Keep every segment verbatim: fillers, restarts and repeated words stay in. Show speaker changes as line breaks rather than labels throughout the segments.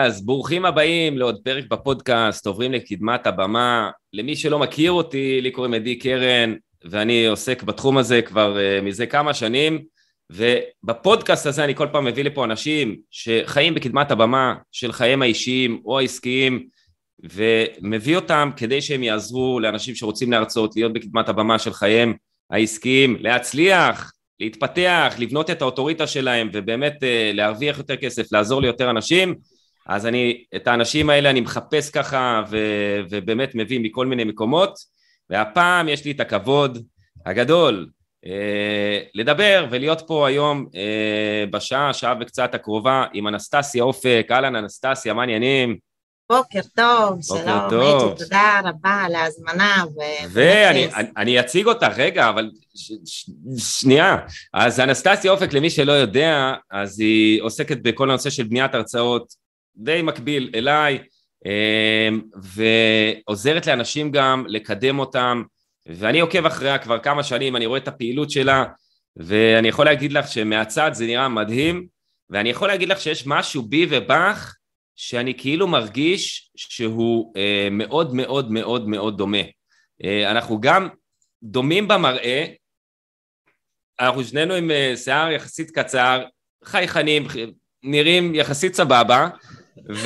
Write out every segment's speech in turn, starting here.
אז ברוכים הבאים לעוד פרק בפודקאסט, עוברים לקדמת הבמה. למי שלא מכיר אותי, לי קוראים עדי קרן, ואני עוסק בתחום הזה כבר uh, מזה כמה שנים, ובפודקאסט הזה אני כל פעם מביא לפה אנשים שחיים בקדמת הבמה של חייהם האישיים או העסקיים, ומביא אותם כדי שהם יעזרו לאנשים שרוצים להרצות, להיות בקדמת הבמה של חייהם העסקיים, להצליח, להתפתח, לבנות את האוטוריטה שלהם, ובאמת uh, להרוויח יותר כסף, לעזור ליותר אנשים. אז אני, את האנשים האלה אני מחפש ככה, ו- ובאמת מביא מכל מיני מקומות, והפעם יש לי את הכבוד הגדול, uh, לדבר ולהיות פה היום uh, בשעה, שעה וקצת הקרובה, עם אנסטסיה אופק. אהלן אנסטסיה, מה עניינים?
בוקר טוב, שלום, הייתי, תודה רבה על ההזמנה.
ואני אני אציג אותה, רגע, אבל ש, ש, שנייה. אז אנסטסיה אופק, למי שלא יודע, אז היא עוסקת בכל הנושא של בניית הרצאות, די מקביל אליי, ועוזרת לאנשים גם לקדם אותם, ואני עוקב אחריה כבר כמה שנים, אני רואה את הפעילות שלה, ואני יכול להגיד לך שמהצד זה נראה מדהים, ואני יכול להגיד לך שיש משהו בי ובך, שאני כאילו מרגיש שהוא אה, מאוד מאוד מאוד מאוד דומה. אה, אנחנו גם דומים במראה, אנחנו שנינו עם אה, שיער יחסית קצר, חייכנים, נראים יחסית סבבה, ו...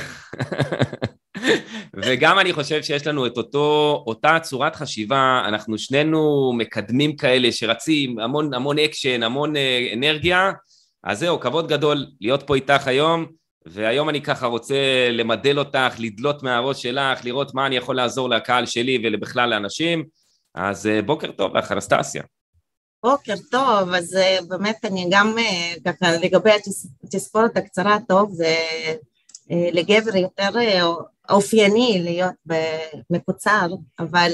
וגם אני חושב שיש לנו את אותו, אותה צורת חשיבה, אנחנו שנינו מקדמים כאלה שרצים, המון המון אקשן, המון אה, אנרגיה, אז זהו, כבוד גדול להיות פה איתך היום, והיום אני ככה רוצה למדל אותך, לדלות מהראש שלך, לראות מה אני יכול לעזור לקהל שלי ולבכלל לאנשים. אז בוקר טוב לך, אנסטסיה.
בוקר טוב, אז באמת אני גם ככה לגבי התספורת הקצרה טוב, זה לגבר יותר אופייני להיות מקוצר, אבל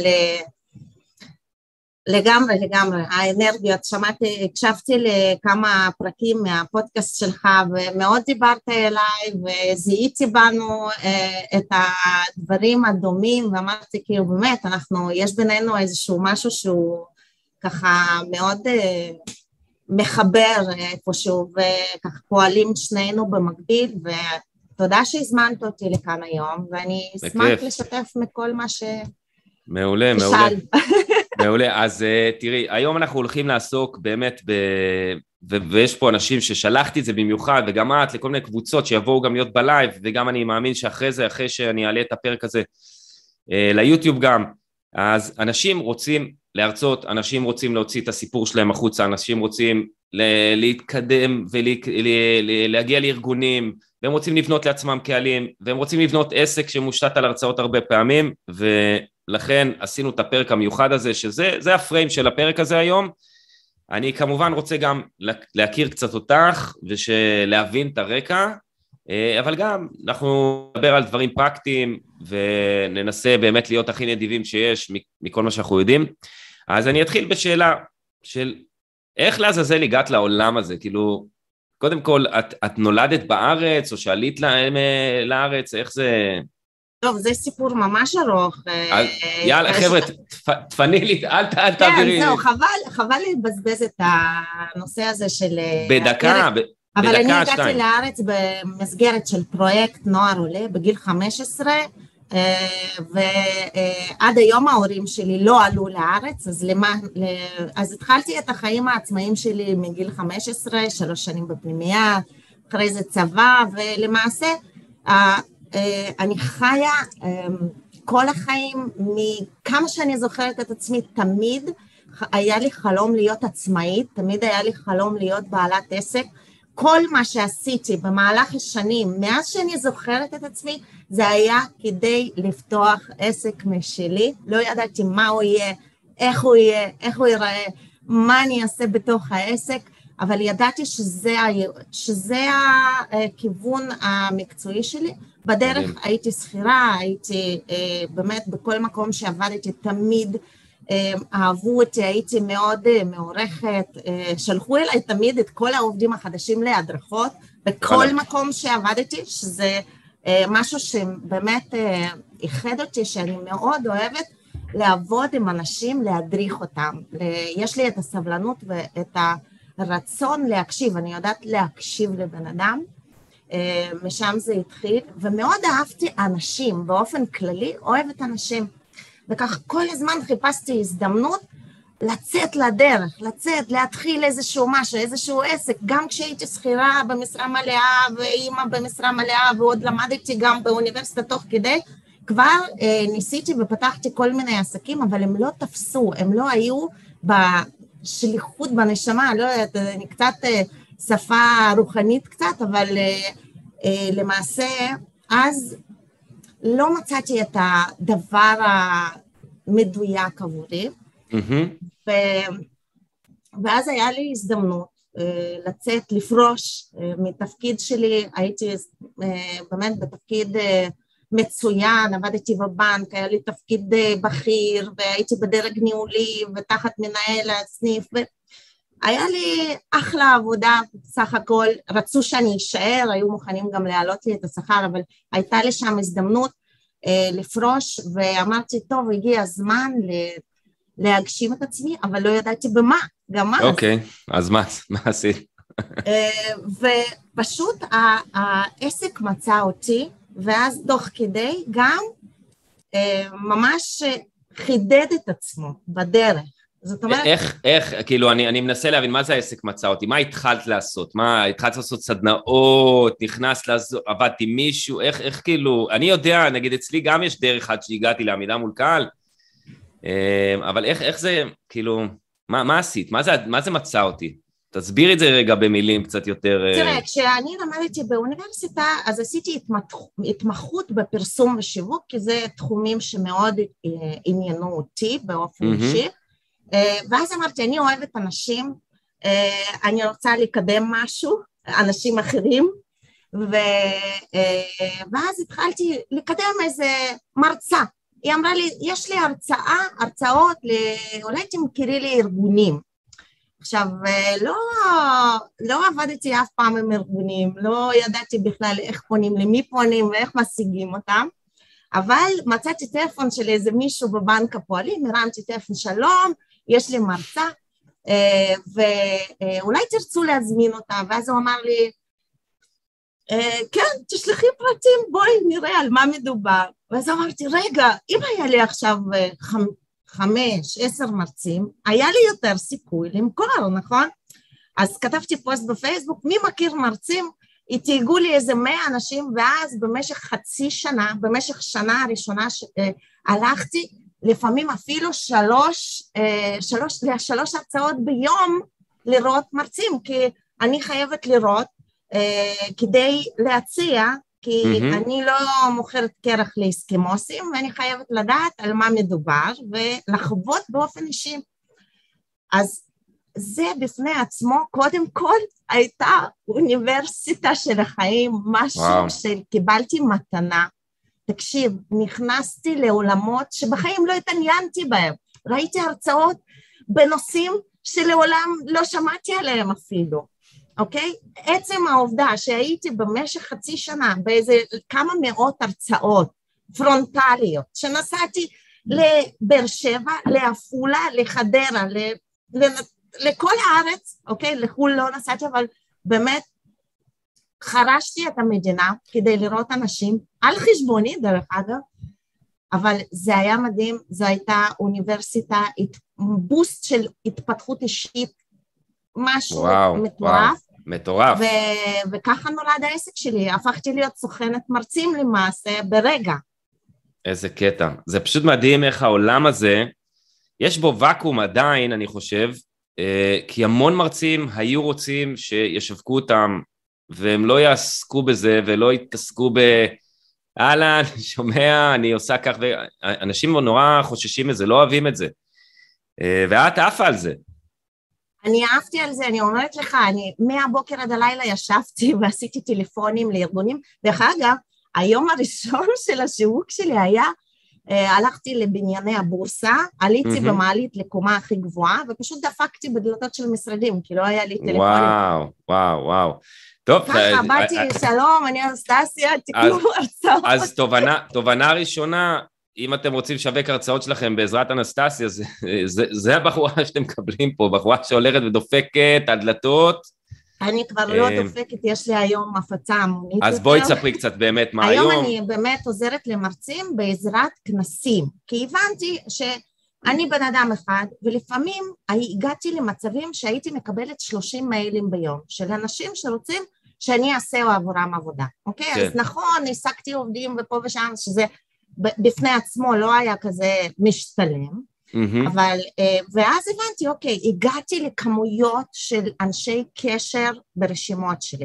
לגמרי, לגמרי, האנרגיות, שמעתי, הקשבתי לכמה פרקים מהפודקאסט שלך, ומאוד דיברת אליי, וזיהיתי בנו אה, את הדברים הדומים, ואמרתי כאילו באמת, אנחנו, יש בינינו איזשהו משהו שהוא ככה מאוד אה, מחבר איפשהו, וככה פועלים שנינו במקביל, ותודה שהזמנת אותי לכאן היום, ואני אשמח לשתף מכל מה ש...
מעולה, מעולה. מעולה, אז uh, תראי, היום אנחנו הולכים לעסוק באמת, ב... ו... ויש פה אנשים ששלחתי את זה במיוחד, וגם את לכל מיני קבוצות שיבואו גם להיות בלייב, וגם אני מאמין שאחרי זה, אחרי שאני אעלה את הפרק הזה uh, ליוטיוב גם, אז אנשים רוצים להרצות, אנשים רוצים להוציא את הסיפור שלהם החוצה, אנשים רוצים ל- להתקדם ולהגיע לארגונים, והם רוצים לבנות לעצמם קהלים, והם רוצים לבנות עסק שמושתת על הרצאות הרבה פעמים, ולכן עשינו את הפרק המיוחד הזה, שזה זה הפריים של הפרק הזה היום. אני כמובן רוצה גם להכיר קצת אותך, ולהבין את הרקע, אבל גם אנחנו נדבר על דברים פרקטיים, וננסה באמת להיות הכי נדיבים שיש מכל מה שאנחנו יודעים. אז אני אתחיל בשאלה של איך לעזאזל הגעת לעולם הזה, כאילו, קודם כל, את, את נולדת בארץ, או שעלית לארץ, איך זה...
טוב, זה סיפור ממש ארוך.
אז, יאללה, חבר'ה, תפני לי, אל, אל תעבירי.
כן, זהו, חבל, חבל לבזבז את הנושא הזה של...
בדקה, ב,
אבל
בדקה,
אני הגעתי
שתיים.
לארץ במסגרת של פרויקט נוער עולה, בגיל חמש עשרה, ועד היום ההורים שלי לא עלו לארץ, אז, למה, אז התחלתי את החיים העצמאיים שלי מגיל חמש עשרה, שלוש שנים בפנימייה, אחרי זה צבא, ולמעשה אני חיה כל החיים, מכמה שאני זוכרת את עצמי, תמיד היה לי חלום להיות עצמאית, תמיד היה לי חלום להיות בעלת עסק, כל מה שעשיתי במהלך השנים, מאז שאני זוכרת את עצמי, זה היה כדי לפתוח עסק משלי, לא ידעתי מה הוא יהיה, איך הוא יהיה, איך הוא ייראה, מה אני אעשה בתוך העסק, אבל ידעתי שזה, שזה הכיוון המקצועי שלי. בדרך הייתי שכירה, הייתי באמת בכל מקום שעבדתי תמיד, אהבו אותי, הייתי מאוד מעורכת, שלחו אליי תמיד את כל העובדים החדשים להדרכות, בכל מקום שעבדתי, שזה משהו שבאמת איחד אותי, שאני מאוד אוהבת לעבוד עם אנשים, להדריך אותם. יש לי את הסבלנות ואת הרצון להקשיב, אני יודעת להקשיב לבן אדם, משם זה התחיל, ומאוד אהבתי אנשים, באופן כללי אוהבת אנשים, וכך כל הזמן חיפשתי הזדמנות לצאת לדרך, לצאת, להתחיל איזשהו משהו, איזשהו עסק, גם כשהייתי שכירה במשרה מלאה, ואימא במשרה מלאה, ועוד למדתי גם באוניברסיטה תוך כדי, כבר אה, ניסיתי ופתחתי כל מיני עסקים, אבל הם לא תפסו, הם לא היו בשליחות, בנשמה, לא יודעת, אני קצת אה, שפה רוחנית קצת, אבל אה, אה, למעשה, אז לא מצאתי את הדבר המדויק עבורי, mm-hmm. ו... ואז היה לי הזדמנות אה, לצאת, לפרוש אה, מתפקיד שלי, הייתי אה, באמת בתפקיד אה, מצוין, עבדתי בבנק, היה לי תפקיד אה, בכיר, והייתי בדרג ניהולי ותחת מנהל הסניף, והיה לי אחלה עבודה סך הכל, רצו שאני אשאר, היו מוכנים גם להעלות לי את השכר, אבל הייתה לי שם הזדמנות אה, לפרוש, ואמרתי, טוב, הגיע הזמן ל... להגשים את עצמי, אבל לא ידעתי במה, גם אז.
אוקיי, אז מה, מה עשית?
ופשוט העסק מצא אותי, ואז תוך כדי גם ממש חידד את עצמו בדרך. זאת אומרת...
איך, איך, כאילו, אני, אני מנסה להבין, מה זה העסק מצא אותי? מה התחלת לעשות? מה, התחלת לעשות סדנאות, נכנס לעשות, עבדתי מישהו, איך, איך כאילו, אני יודע, נגיד אצלי גם יש דרך עד שהגעתי לעמידה מול קהל, אבל איך, איך זה, כאילו, מה, מה עשית? מה זה, מה זה מצא אותי? תסביר את זה רגע במילים קצת יותר...
תראה, כשאני למדתי באוניברסיטה, אז עשיתי התמחות בפרסום ושיווק, כי זה תחומים שמאוד עניינו אותי באופן אישי, ואז אמרתי, אני אוהבת אנשים, אני רוצה לקדם משהו, אנשים אחרים, ואז התחלתי לקדם איזה מרצה, היא אמרה לי, יש לי הרצאה, הרצאות, אולי תמכירי לי ארגונים. עכשיו, לא, לא עבדתי אף פעם עם ארגונים, לא ידעתי בכלל איך פונים, למי פונים ואיך משיגים אותם, אבל מצאתי טלפון של איזה מישהו בבנק הפועלים, הרמתי טלפון, שלום, יש לי מרצה, ואולי תרצו להזמין אותה, ואז הוא אמר לי, כן, תשלחי פרטים, בואי נראה על מה מדובר. ואז אמרתי, רגע, אם היה לי עכשיו חמש, עשר מרצים, היה לי יותר סיכוי למכור, נכון? אז כתבתי פוסט בפייסבוק, מי מכיר מרצים? התייגו לי איזה מאה אנשים, ואז במשך חצי שנה, במשך שנה הראשונה שהלכתי, לפעמים אפילו שלוש, שלוש, שלוש הרצאות ביום לראות מרצים, כי אני חייבת לראות, כדי להציע, כי mm-hmm. אני לא מוכרת קרח לאסקימוסים, ואני חייבת לדעת על מה מדובר, ולחוות באופן אישי. אז זה בפני עצמו, קודם כל, הייתה אוניברסיטה של החיים, משהו wow. שקיבלתי מתנה. תקשיב, נכנסתי לעולמות שבחיים לא התעניינתי בהם. ראיתי הרצאות בנושאים שלעולם לא שמעתי עליהם אפילו. אוקיי? עצם העובדה שהייתי במשך חצי שנה באיזה כמה מאות הרצאות פרונטליות, שנסעתי לבאר שבע, לעפולה, לחדרה, ל, ל, לכל הארץ, אוקיי? לחול לא נסעתי, אבל באמת חרשתי את המדינה כדי לראות אנשים, על חשבוני דרך אגב, אבל זה היה מדהים, זו הייתה אוניברסיטה, בוסט של התפתחות אישית, משהו וואו, מטורף, וואו,
מטורף.
ו- וככה נולד העסק שלי, הפכתי להיות סוכנת מרצים למעשה ברגע.
איזה קטע, זה פשוט מדהים איך העולם הזה, יש בו ואקום עדיין, אני חושב, כי המון מרצים היו רוצים שישווקו אותם, והם לא יעסקו בזה, ולא יתעסקו ב... הלאה, אני שומע, אני עושה כך, ואנשים נורא חוששים מזה, לא אוהבים את זה, ואת עפה על זה.
אני אהבתי על זה, אני אומרת לך, אני מהבוקר עד הלילה ישבתי ועשיתי טלפונים לארגונים, דרך אגב, היום הראשון של השיווק שלי היה, אה, הלכתי לבנייני הבורסה, עליתי mm-hmm. במעלית לקומה הכי גבוהה, ופשוט דפקתי בדלתות של משרדים, כי לא היה לי טלפונים.
וואו, וואו, וואו. טוב,
ככה, באתי, שלום, אני אנסטסיה, תקנו הרצאות.
אז תובנה, תובנה ראשונה, אם אתם רוצים לשווק הרצאות שלכם בעזרת אנסטסיה, זה, זה, זה הבחורה שאתם מקבלים פה, בחורה שהולכת ודופקת, הדלתות.
אני כבר לא דופקת, יש לי היום הפצה המונית.
אז בואי תספרי קצת באמת מה
היום.
היום
אני באמת עוזרת למרצים בעזרת כנסים, כי הבנתי שאני בן אדם אחד, ולפעמים הגעתי למצבים שהייתי מקבלת שלושים מיילים ביום, של אנשים שרוצים שאני אעשה עבורם עבודה, אוקיי? כן. אז נכון, העסקתי עובדים ופה ושם, שזה בפני עצמו לא היה כזה משתלם, Mm-hmm. אבל, ואז הבנתי, אוקיי, הגעתי לכמויות של אנשי קשר ברשימות שלי.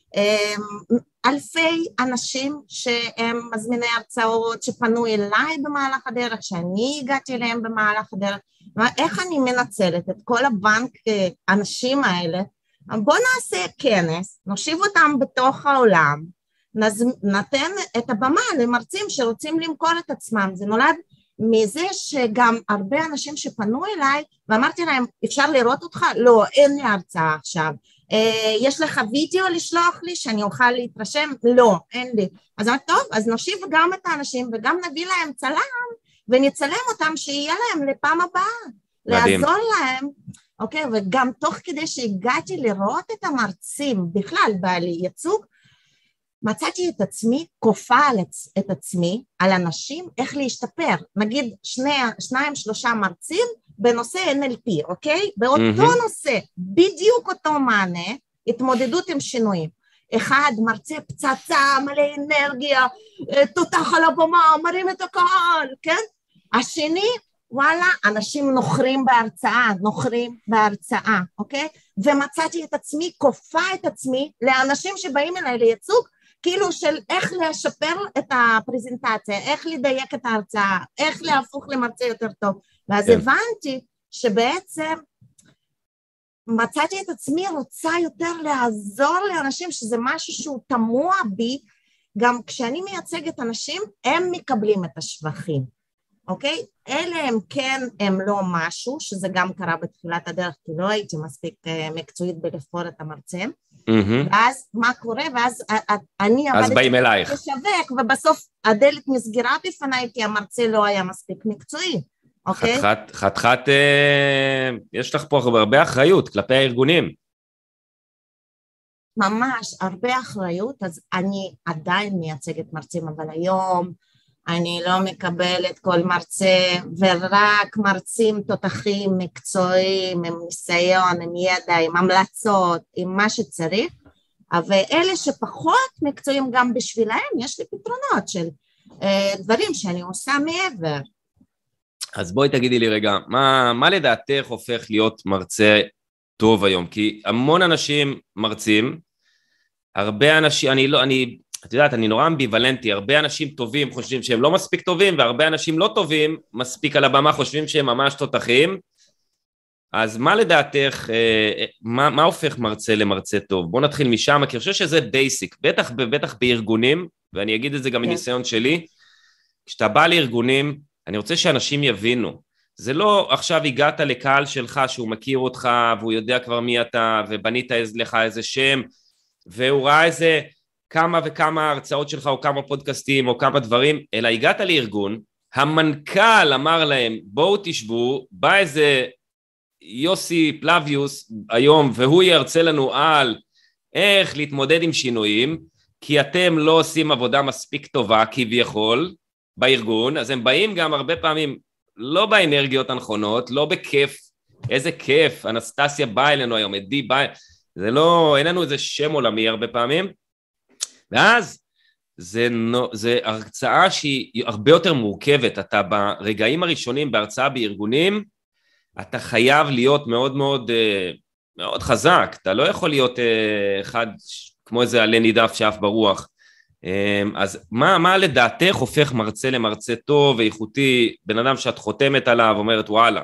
אלפי אנשים שהם מזמיני הרצאות, שפנו אליי במהלך הדרך, שאני הגעתי אליהם במהלך הדרך. איך אני מנצלת את כל הבנק אנשים האלה? בוא נעשה כנס, נושיב אותם בתוך העולם, נתן את הבמה למרצים שרוצים למכור את עצמם. זה נולד מזה שגם הרבה אנשים שפנו אליי, ואמרתי להם, אפשר לראות אותך? לא, אין לי הרצאה עכשיו. יש לך וידאו לשלוח לי שאני אוכל להתרשם? לא, אין לי. אז אמרתי, טוב, אז נושיב גם את האנשים וגם נביא להם צלם ונצלם אותם שיהיה להם לפעם הבאה. מדהים. לעזור להם. אוקיי, וגם תוך כדי שהגעתי לראות את המרצים בכלל בעלי ייצוג, מצאתי את עצמי, כופה את עצמי על אנשים איך להשתפר. נגיד שני, שניים, שלושה מרצים בנושא אן אל פי, אוקיי? באותו mm-hmm. נושא, בדיוק אותו מענה, התמודדות עם שינויים. אחד מרצה פצצה, מלא אנרגיה, תותח על הבמה, מרים את הקהל, כן? השני, וואלה, אנשים נוחרים בהרצאה, נוחרים בהרצאה, אוקיי? ומצאתי את עצמי, כופה את עצמי לאנשים שבאים אליי לייצוג, כאילו של איך לשפר את הפרזנטציה, איך לדייק את ההרצאה, איך להפוך למרצה יותר טוב. ואז כן. הבנתי שבעצם מצאתי את עצמי רוצה יותר לעזור לאנשים, שזה משהו שהוא תמוה בי, גם כשאני מייצגת אנשים, הם מקבלים את השבחים, אוקיי? אלה הם כן, הם לא משהו, שזה גם קרה בתחילת הדרך, כי לא הייתי מספיק מקצועית בלבחור את המרצה, Mm-hmm. ואז מה קורה, ואז אני עבדתי לשווק, ובסוף הדלת נסגרה בפניי, כי המרצה לא היה מספיק מקצועי, אוקיי?
חתכת, חתכת, אה, יש לך פה הרבה אחריות כלפי הארגונים.
ממש, הרבה אחריות, אז אני עדיין מייצגת מרצים, אבל היום אני לא מקבלת כל מרצה, ורק מרצים תותחים מקצועיים, עם ניסיון, עם ידע, עם המלצות, עם מה שצריך, אבל אלה שפחות מקצועיים גם בשבילהם, יש לי פתרונות של אה, דברים שאני עושה מעבר.
אז בואי תגידי לי רגע, מה, מה לדעתך הופך להיות מרצה טוב היום? כי המון אנשים מרצים, הרבה אנשים, אני לא, אני... את יודעת, אני נורא אמביוולנטי, הרבה אנשים טובים חושבים שהם לא מספיק טובים, והרבה אנשים לא טובים, מספיק על הבמה, חושבים שהם ממש תותחים. אז מה לדעתך, מה, מה הופך מרצה למרצה טוב? בוא נתחיל משם, כי אני חושב שזה בייסיק, בטח, בטח בארגונים, ואני אגיד את זה גם מניסיון שלי, כשאתה בא לארגונים, אני רוצה שאנשים יבינו, זה לא עכשיו הגעת לקהל שלך, שהוא מכיר אותך, והוא יודע כבר מי אתה, ובנית לך איזה שם, והוא ראה איזה... כמה וכמה הרצאות שלך, או כמה פודקאסטים, או כמה דברים, אלא הגעת לארגון, המנכ"ל אמר להם, בואו תשבו, בא איזה יוסי פלביוס היום, והוא ירצה לנו על איך להתמודד עם שינויים, כי אתם לא עושים עבודה מספיק טובה, כביכול, בארגון, אז הם באים גם הרבה פעמים, לא באנרגיות הנכונות, לא בכיף, איזה כיף, אנסטסיה באה אלינו היום, עדי באה, זה לא, אין לנו איזה שם עולמי הרבה פעמים, ואז זה, זה הרצאה שהיא הרבה יותר מורכבת, אתה ברגעים הראשונים בהרצאה בארגונים, אתה חייב להיות מאוד מאוד, מאוד חזק, אתה לא יכול להיות אחד כמו איזה עלה נידף שאף ברוח, אז מה, מה לדעתך הופך מרצה למרצה טוב ואיכותי, בן אדם שאת חותמת עליו, אומרת וואלה?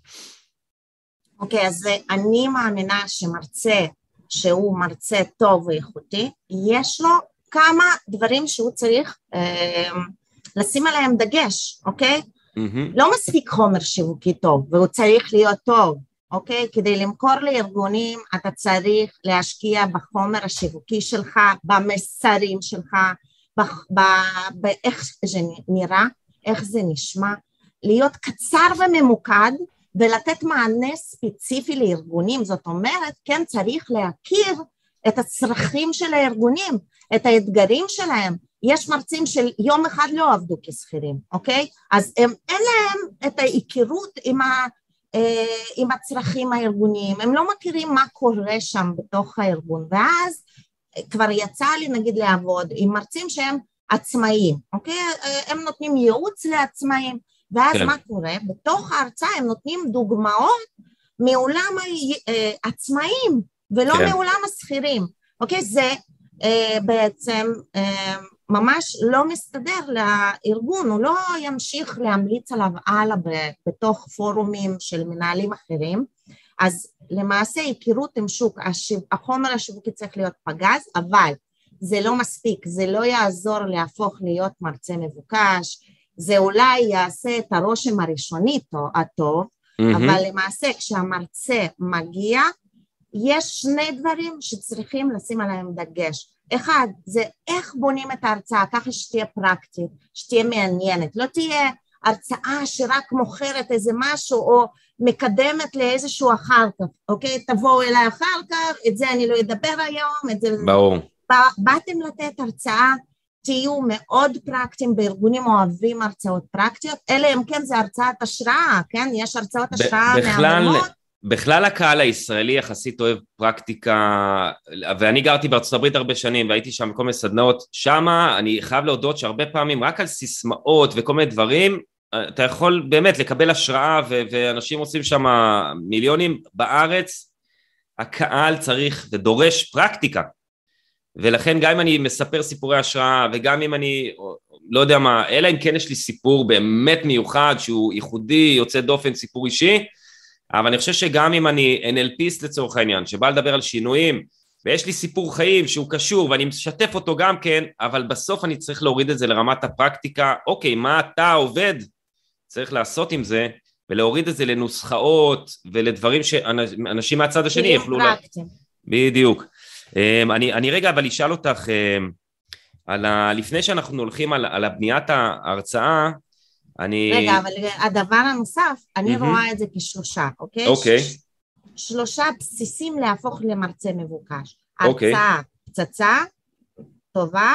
אוקיי, okay, אז אני מאמינה שמרצה שהוא מרצה טוב ואיכותי, יש לו כמה דברים שהוא צריך אה, לשים עליהם דגש, אוקיי? Mm-hmm. לא מספיק חומר שיווקי טוב, והוא צריך להיות טוב, אוקיי? כדי למכור לארגונים, אתה צריך להשקיע בחומר השיווקי שלך, במסרים שלך, באיך זה נראה, איך זה נשמע, להיות קצר וממוקד, ולתת מענה ספציפי לארגונים, זאת אומרת, כן צריך להכיר את הצרכים של הארגונים, את האתגרים שלהם. יש מרצים של יום אחד לא עבדו כשכירים, אוקיי? אז הם, אין להם את ההיכרות עם, ה, עם הצרכים הארגוניים, הם לא מכירים מה קורה שם בתוך הארגון, ואז כבר יצא לי נגיד לעבוד עם מרצים שהם עצמאיים, אוקיי? הם נותנים ייעוץ לעצמאים, ואז כן. מה קורה? בתוך ההרצאה הם נותנים דוגמאות מעולם העצמאים, ולא כן. מעולם השכירים, אוקיי? זה אה, בעצם אה, ממש לא מסתדר לארגון, הוא לא ימשיך להמליץ עליו הלאה בתוך פורומים של מנהלים אחרים, אז למעשה היכרות עם שוק, החומר השיווקי צריך להיות פגז, אבל זה לא מספיק, זה לא יעזור להפוך להיות מרצה מבוקש, זה אולי יעשה את הרושם הראשוני הטוב, mm-hmm. אבל למעשה כשהמרצה מגיע, יש שני דברים שצריכים לשים עליהם דגש. אחד, זה איך בונים את ההרצאה, ככה שתהיה פרקטית, שתהיה מעניינת, לא תהיה הרצאה שרק מוכרת איזה משהו, או מקדמת לאיזשהו אחר כך, אוקיי? תבואו אליי אחר כך, את זה אני לא אדבר היום, את זה...
ברור.
באתם לתת הרצאה, תהיו מאוד פרקטיים, בארגונים אוהבים הרצאות פרקטיות, אלא אם כן זה הרצאת השראה, כן? יש הרצאות השראה מהממות.
בכלל הקהל הישראלי יחסית אוהב פרקטיקה, ואני גרתי בארצות הברית הרבה שנים, והייתי שם בכל מיני סדנאות, שמה אני חייב להודות שהרבה פעמים רק על סיסמאות וכל מיני דברים, אתה יכול באמת לקבל השראה, ו- ואנשים עושים שם מיליונים בארץ, הקהל צריך ודורש פרקטיקה, ולכן גם אם אני מספר סיפורי השראה, וגם אם אני, לא יודע מה, אלא אם כן יש לי סיפור באמת מיוחד, שהוא ייחודי, יוצא דופן, סיפור אישי, אבל אני חושב שגם אם אני אן אל פיסט לצורך העניין, שבא לדבר על שינויים, ויש לי סיפור חיים שהוא קשור, ואני משתף אותו גם כן, אבל בסוף אני צריך להוריד את זה לרמת הפרקטיקה, אוקיי, מה אתה עובד? צריך לעשות עם זה, ולהוריד את זה לנוסחאות, ולדברים שאנשים מהצד השני יוכלו... בדיוק. אני, אני רגע אבל אשאל אותך, על ה... לפני שאנחנו הולכים על, על הבניית ההרצאה, אני...
רגע, אבל הדבר הנוסף, אני mm-hmm. רואה את זה כשלושה, אוקיי?
אוקיי.
ש... שלושה בסיסים להפוך למרצה מבוקש.
אוקיי.
הרצאה, פצצה, טובה,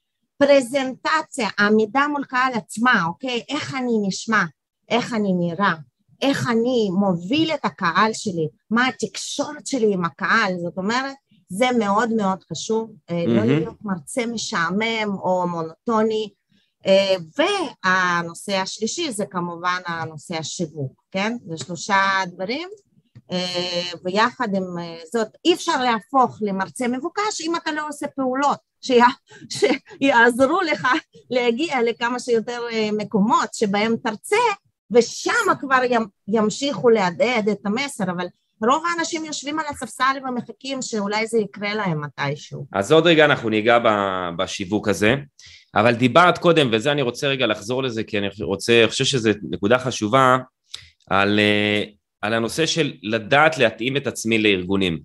פרזנטציה, עמידה מול קהל עצמה, אוקיי? איך אני נשמע, איך אני נראה, איך אני מוביל את הקהל שלי, מה התקשורת שלי עם הקהל, זאת אומרת, זה מאוד מאוד חשוב, mm-hmm. לא להיות מרצה משעמם או מונוטוני, והנושא השלישי זה כמובן הנושא השיווק, כן? זה שלושה דברים, ויחד עם זאת אי אפשר להפוך למרצה מבוקש אם אתה לא עושה פעולות שיעזרו לך להגיע לכמה שיותר מקומות שבהם תרצה, ושם כבר ימשיכו להדהד את המסר, אבל רוב האנשים יושבים על הספסל ומחכים שאולי זה יקרה להם מתישהו.
אז עוד רגע אנחנו ניגע בשיווק הזה, אבל דיברת קודם, וזה אני רוצה רגע לחזור לזה, כי אני רוצה, אני חושב שזו נקודה חשובה, על, על הנושא של לדעת להתאים את עצמי לארגונים.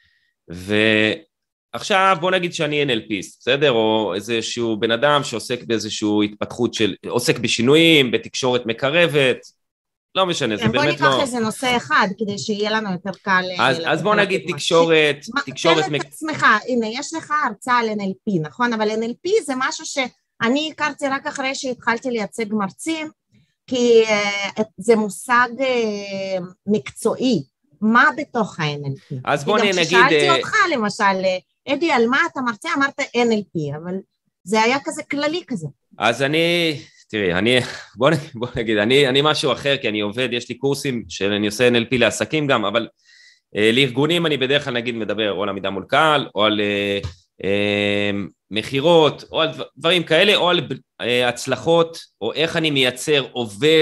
ועכשיו בוא נגיד שאני אן אל פיסט, בסדר? או איזשהו בן אדם שעוסק באיזשהו התפתחות של, עוסק בשינויים, בתקשורת מקרבת, לא משנה, זה באמת לא...
בוא ניקח איזה נושא אחד, כדי שיהיה לנו יותר קל...
אז, אז בוא נגיד תקשורת, תקשורת...
תן את עצמך, הנה, יש לך הרצאה על אן אל פי, נכון? אבל אן אל פי זה משהו שאני הכרתי רק אחרי שהתחלתי לייצג מרצים, כי uh, זה מושג uh, מקצועי, מה בתוך ה-אן אל פי?
אז בוא נגיד...
גם כששאלתי אותך, למשל, אדי, על מה אתה מרצה? אמרת אן אל פי, אבל זה היה כזה כללי כזה.
אז אני... תראי, אני, בוא, בוא נגיד, אני, אני משהו אחר, כי אני עובד, יש לי קורסים שאני עושה אן אל פי לעסקים גם, אבל אה, לארגונים אני בדרך כלל נגיד מדבר או על עמידה מול קהל, או על אה, אה, מחירות, או על דברים כאלה, או על אה, הצלחות, או איך אני מייצר עובד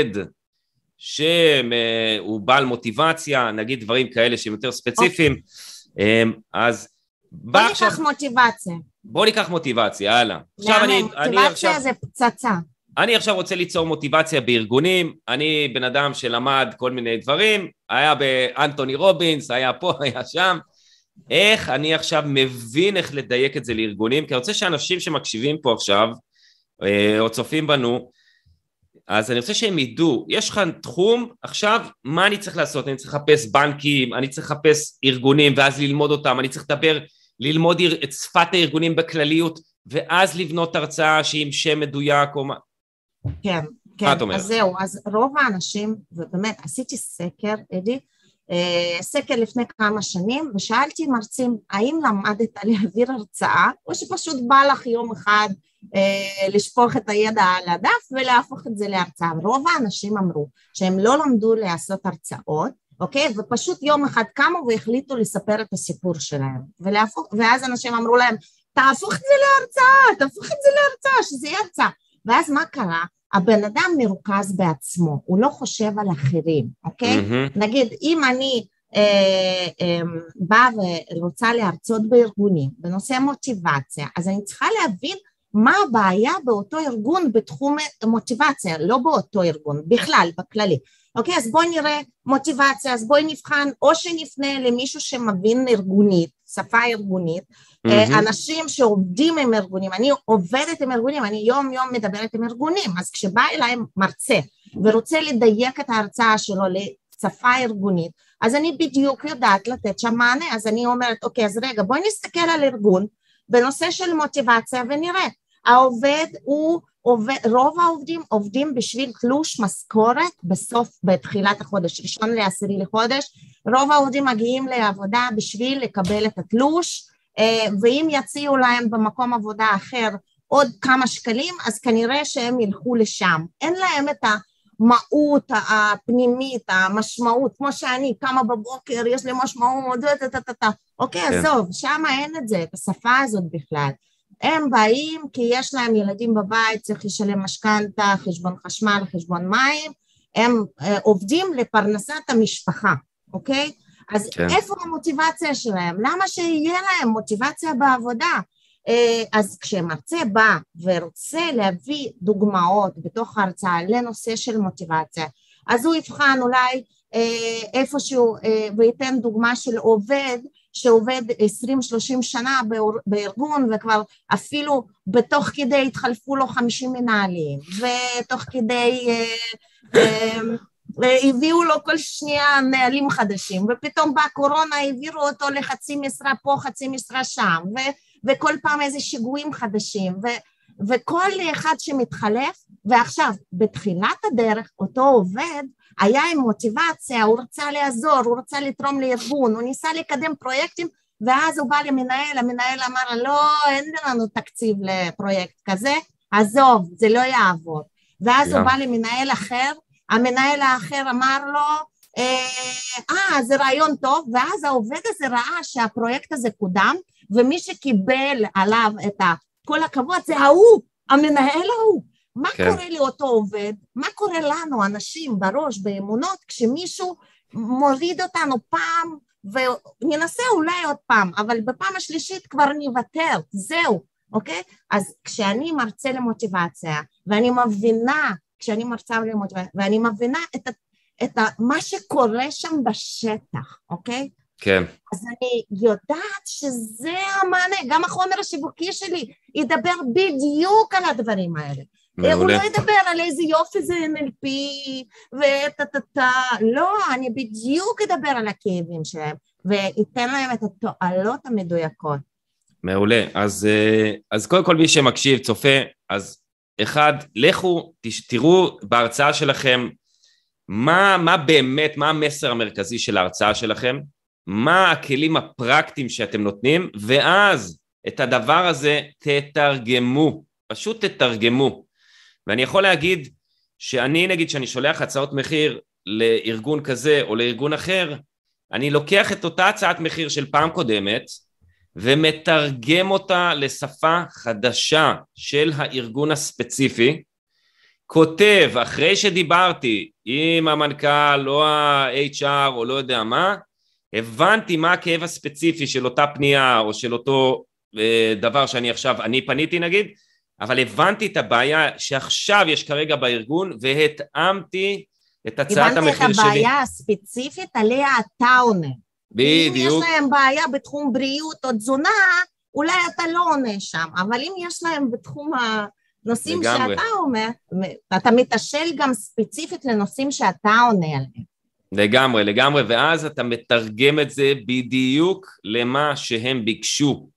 שהוא בעל מוטיבציה, נגיד דברים כאלה שהם יותר ספציפיים, אה, אז...
בוא ניקח עכשיו, מוטיבציה.
בוא ניקח מוטיבציה, הלאה.
למה? אני, מוטיבציה עכשיו... זה פצצה.
אני עכשיו רוצה ליצור מוטיבציה בארגונים, אני בן אדם שלמד כל מיני דברים, היה באנטוני רובינס, היה פה, היה שם, איך אני עכשיו מבין איך לדייק את זה לארגונים, כי אני רוצה שאנשים שמקשיבים פה עכשיו, או צופים בנו, אז אני רוצה שהם ידעו, יש לך תחום, עכשיו מה אני צריך לעשות? אני צריך לחפש בנקים, אני צריך לחפש ארגונים, ואז ללמוד אותם, אני צריך לדבר ללמוד את שפת הארגונים בכלליות, ואז לבנות הרצאה שהיא עם שם מדויק או מה?
כן, כן, אז זהו, אז רוב האנשים, ובאמת עשיתי סקר, אדי, סקר לפני כמה שנים, ושאלתי מרצים, האם למדת להעביר הרצאה, או שפשוט בא לך יום אחד לשפוך את הידע על הדף ולהפוך את זה להרצאה. רוב האנשים אמרו שהם לא למדו לעשות הרצאות, אוקיי? ופשוט יום אחד קמו והחליטו לספר את הסיפור שלהם, ולהפוך, ואז אנשים אמרו להם, תהפוך את זה להרצאה, תהפוך את זה להרצאה, שזה יהיה הרצאה. ואז מה קרה? הבן אדם מרוכז בעצמו, הוא לא חושב על אחרים, אוקיי? Mm-hmm. נגיד, אם אני אה, אה, באה ורוצה להרצות בארגונים, בנושא מוטיבציה, אז אני צריכה להבין מה הבעיה באותו ארגון בתחום מוטיבציה, לא באותו ארגון, בכלל, בכללי. אוקיי, אז בואי נראה מוטיבציה, אז בואי נבחן, או שנפנה למישהו שמבין ארגונית, שפה ארגונית, mm-hmm. אנשים שעובדים עם ארגונים, אני עובדת עם ארגונים, אני יום יום מדברת עם ארגונים, אז כשבא אליי מרצה ורוצה לדייק את ההרצאה שלו לשפה ארגונית, אז אני בדיוק יודעת לתת שם מענה, אז אני אומרת, אוקיי, אז רגע, בואי נסתכל על ארגון, בנושא של מוטיבציה ונראה, העובד הוא, עובד, רוב העובדים עובדים בשביל תלוש משכורת בסוף, בתחילת החודש, ראשון לעשירי לחודש, רוב העובדים מגיעים לעבודה בשביל לקבל את התלוש, ואם יציעו להם במקום עבודה אחר עוד כמה שקלים, אז כנראה שהם ילכו לשם, אין להם את המהות הפנימית, המשמעות, כמו שאני, כמה בבוקר, יש לי משמעות, אוקיי, עזוב, שם אין את זה, את השפה הזאת בכלל, הם באים כי יש להם ילדים בבית, צריך לשלם משכנתה, חשבון חשמל, חשבון מים, הם אה, עובדים לפרנסת המשפחה, אוקיי? אז כן. איפה המוטיבציה שלהם? למה שיהיה להם מוטיבציה בעבודה? אה, אז כשמרצה בא ורוצה להביא דוגמאות בתוך ההרצאה לנושא של מוטיבציה, אז הוא יבחן אולי אה, איפשהו אה, וייתן דוגמה של עובד, שעובד עשרים שלושים שנה בארגון, וכבר אפילו בתוך כדי התחלפו לו חמישים מנהלים, ותוך כדי אה, אה, הביאו לו כל שנייה נהלים חדשים, ופתאום בקורונה העבירו אותו לחצי משרה פה, חצי משרה שם, ו, וכל פעם איזה שיגועים חדשים, ו, וכל אחד שמתחלף, ועכשיו בתחילת הדרך אותו עובד, היה עם מוטיבציה, הוא רצה לעזור, הוא רצה לתרום לארגון, הוא ניסה לקדם פרויקטים, ואז הוא בא למנהל, המנהל אמר, לא, אין לנו תקציב לפרויקט כזה, עזוב, זה לא יעבור. ואז הוא בא למנהל אחר, המנהל האחר אמר לו, אה, זה רעיון טוב, ואז העובד הזה ראה שהפרויקט הזה קודם, ומי שקיבל עליו את כל הכבוד, זה ההוא, המנהל ההוא. מה כן. קורה לאותו עובד? מה קורה לנו, אנשים בראש, באמונות, כשמישהו מוריד אותנו פעם, וננסה אולי עוד פעם, אבל בפעם השלישית כבר נוותר, זהו, אוקיי? אז כשאני מרצה למוטיבציה, ואני מבינה, כשאני מרצה למוטיבציה, ואני מבינה את, את מה שקורה שם בשטח, אוקיי?
כן.
אז אני יודעת שזה המענה, גם החומר השיווקי שלי ידבר בדיוק על הדברים האלה. הוא לא ידבר על איזה יופי זה אן אל פי וטטטה, לא, אני בדיוק אדבר על הכאבים שלהם ואתן להם את התועלות המדויקות.
מעולה, אז, אז קודם כל מי שמקשיב, צופה, אז אחד, לכו, תראו בהרצאה שלכם, מה, מה באמת, מה המסר המרכזי של ההרצאה שלכם, מה הכלים הפרקטיים שאתם נותנים, ואז את הדבר הזה תתרגמו, פשוט תתרגמו. ואני יכול להגיד שאני נגיד שאני שולח הצעות מחיר לארגון כזה או לארגון אחר, אני לוקח את אותה הצעת מחיר של פעם קודמת ומתרגם אותה לשפה חדשה של הארגון הספציפי, כותב אחרי שדיברתי עם המנכ"ל או ה-אייץ' אר או לא יודע מה, הבנתי מה הכאב הספציפי של אותה פנייה או של אותו אה, דבר שאני עכשיו, אני פניתי נגיד, אבל הבנתי את הבעיה שעכשיו יש כרגע בארגון, והתאמתי את הצעת המחיר שלי. הבנתי את
הבעיה הספציפית עליה אתה עונה.
בדיוק.
אם יש להם בעיה בתחום בריאות או תזונה, אולי אתה לא עונה שם, אבל אם יש להם בתחום הנושאים לגמרי. שאתה אומר, אתה מתשל גם ספציפית לנושאים שאתה עונה עליהם.
לגמרי, לגמרי, ואז אתה מתרגם את זה בדיוק למה שהם ביקשו.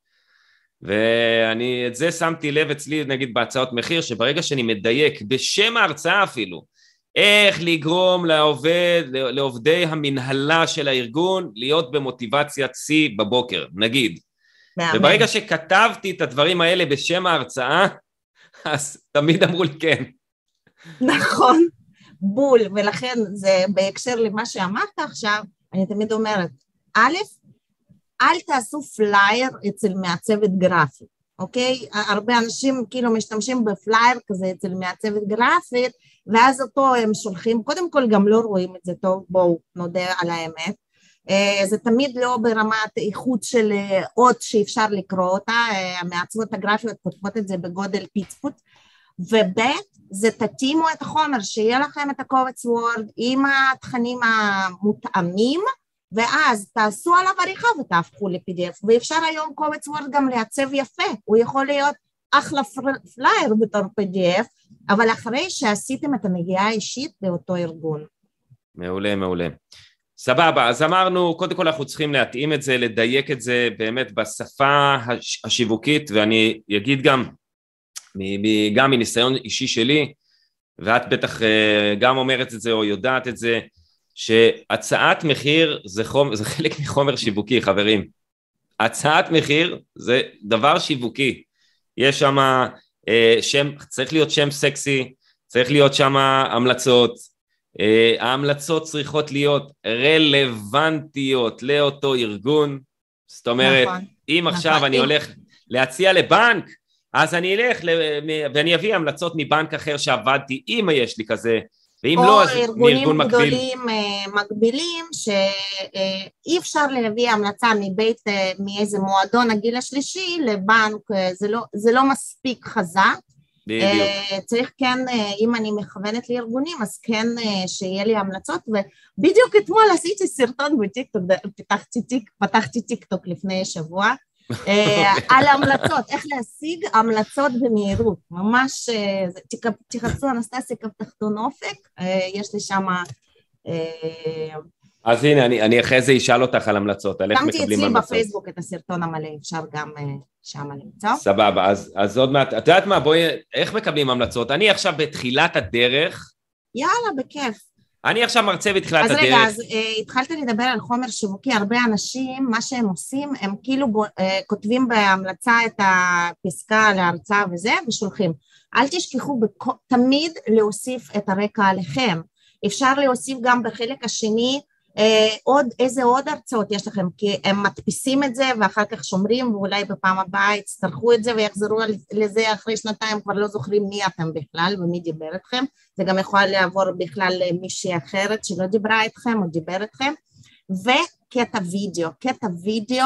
ואני את זה שמתי לב אצלי, נגיד בהצעות מחיר, שברגע שאני מדייק בשם ההרצאה אפילו, איך לגרום לעובד, לעובדי המנהלה של הארגון, להיות במוטיבציית C בבוקר, נגיד. מאמן. וברגע שכתבתי את הדברים האלה בשם ההרצאה, אז תמיד אמרו לי כן.
נכון, בול, ולכן זה בהקשר למה שאמרת עכשיו, אני תמיד אומרת, א', אל תעשו פלייר אצל מעצבת גרפית, אוקיי? הרבה אנשים כאילו משתמשים בפלייר כזה אצל מעצבת גרפית, ואז אותו הם שולחים, קודם כל גם לא רואים את זה טוב, בואו נודה על האמת, זה תמיד לא ברמת איכות של אות שאפשר לקרוא אותה, המעצבות הגרפיות כותבות את זה בגודל פיצפוט, וב' זה תתאימו את החומר, שיהיה לכם את הקובץ וורד עם התכנים המותאמים, ואז תעשו עליו עריכה ותהפכו ל-פי די אף, ואפשר היום קובץ וורד גם לעצב יפה, הוא יכול להיות אחלה פלייר בתור פי די אף, אבל אחרי שעשיתם את הנגיעה האישית לאותו ארגון.
מעולה, מעולה. סבבה, אז אמרנו, קודם כל אנחנו צריכים להתאים את זה, לדייק את זה באמת בשפה השיווקית, ואני אגיד גם, גם מניסיון אישי שלי, ואת בטח גם אומרת את זה או יודעת את זה, שהצעת מחיר זה, חומר, זה חלק מחומר שיווקי, חברים. הצעת מחיר זה דבר שיווקי. יש שם שם, צריך להיות שם סקסי, צריך להיות שם המלצות, ההמלצות צריכות להיות רלוונטיות לאותו ארגון, זאת אומרת, נכון, אם נכון, עכשיו אני אם... הולך להציע לבנק, אז אני אלך ואני אביא המלצות מבנק אחר שעבדתי, אם יש לי כזה, ואם לא, אז מארגון מקביל. או ארגונים גדולים מקבילים, שאי אפשר להביא המלצה מבית, מאיזה מועדון הגיל השלישי לבנק, זה לא, זה לא מספיק חזק. בדיוק. צריך כן, אם אני מכוונת לארגונים, אז כן שיהיה לי המלצות, ובדיוק אתמול עשיתי סרטון בטיקטוק, פתחתי טיק, פתחתי טיקטוק לפני שבוע, על המלצות, איך להשיג המלצות במהירות, ממש, תחפשו אנסטסיה קו תחתון אופק, יש לי שם... אז הנה, אני, אני אחרי זה אשאל אותך על המלצות, על איך מקבלים המלצות.
שמתי אצלי בפייסבוק את הסרטון המלא, אפשר גם שם למצוא.
סבבה, אז, אז עוד מעט, את יודעת מה, בואי, איך מקבלים המלצות? אני עכשיו בתחילת הדרך.
יאללה, בכיף.
אני עכשיו מרצה בתחילת
אז
הדרך.
אז רגע, אז uh, התחלת לדבר על חומר שיווקי, הרבה אנשים, מה שהם עושים, הם כאילו בו, uh, כותבים בהמלצה את הפסקה להרצאה וזה, ושולחים. אל תשכחו בכ... תמיד להוסיף את הרקע עליכם. אפשר להוסיף גם בחלק השני, uh, עוד, איזה עוד הרצאות יש לכם, כי הם מדפיסים את זה, ואחר כך שומרים, ואולי בפעם הבאה יצטרכו את זה, ויחזרו לזה אחרי שנתיים, כבר לא זוכרים מי אתם בכלל, ומי דיבר אתכם. זה גם יכול לעבור בכלל למישהי אחרת שלא דיברה איתכם או דיבר איתכם, וקטע וידאו, קטע וידאו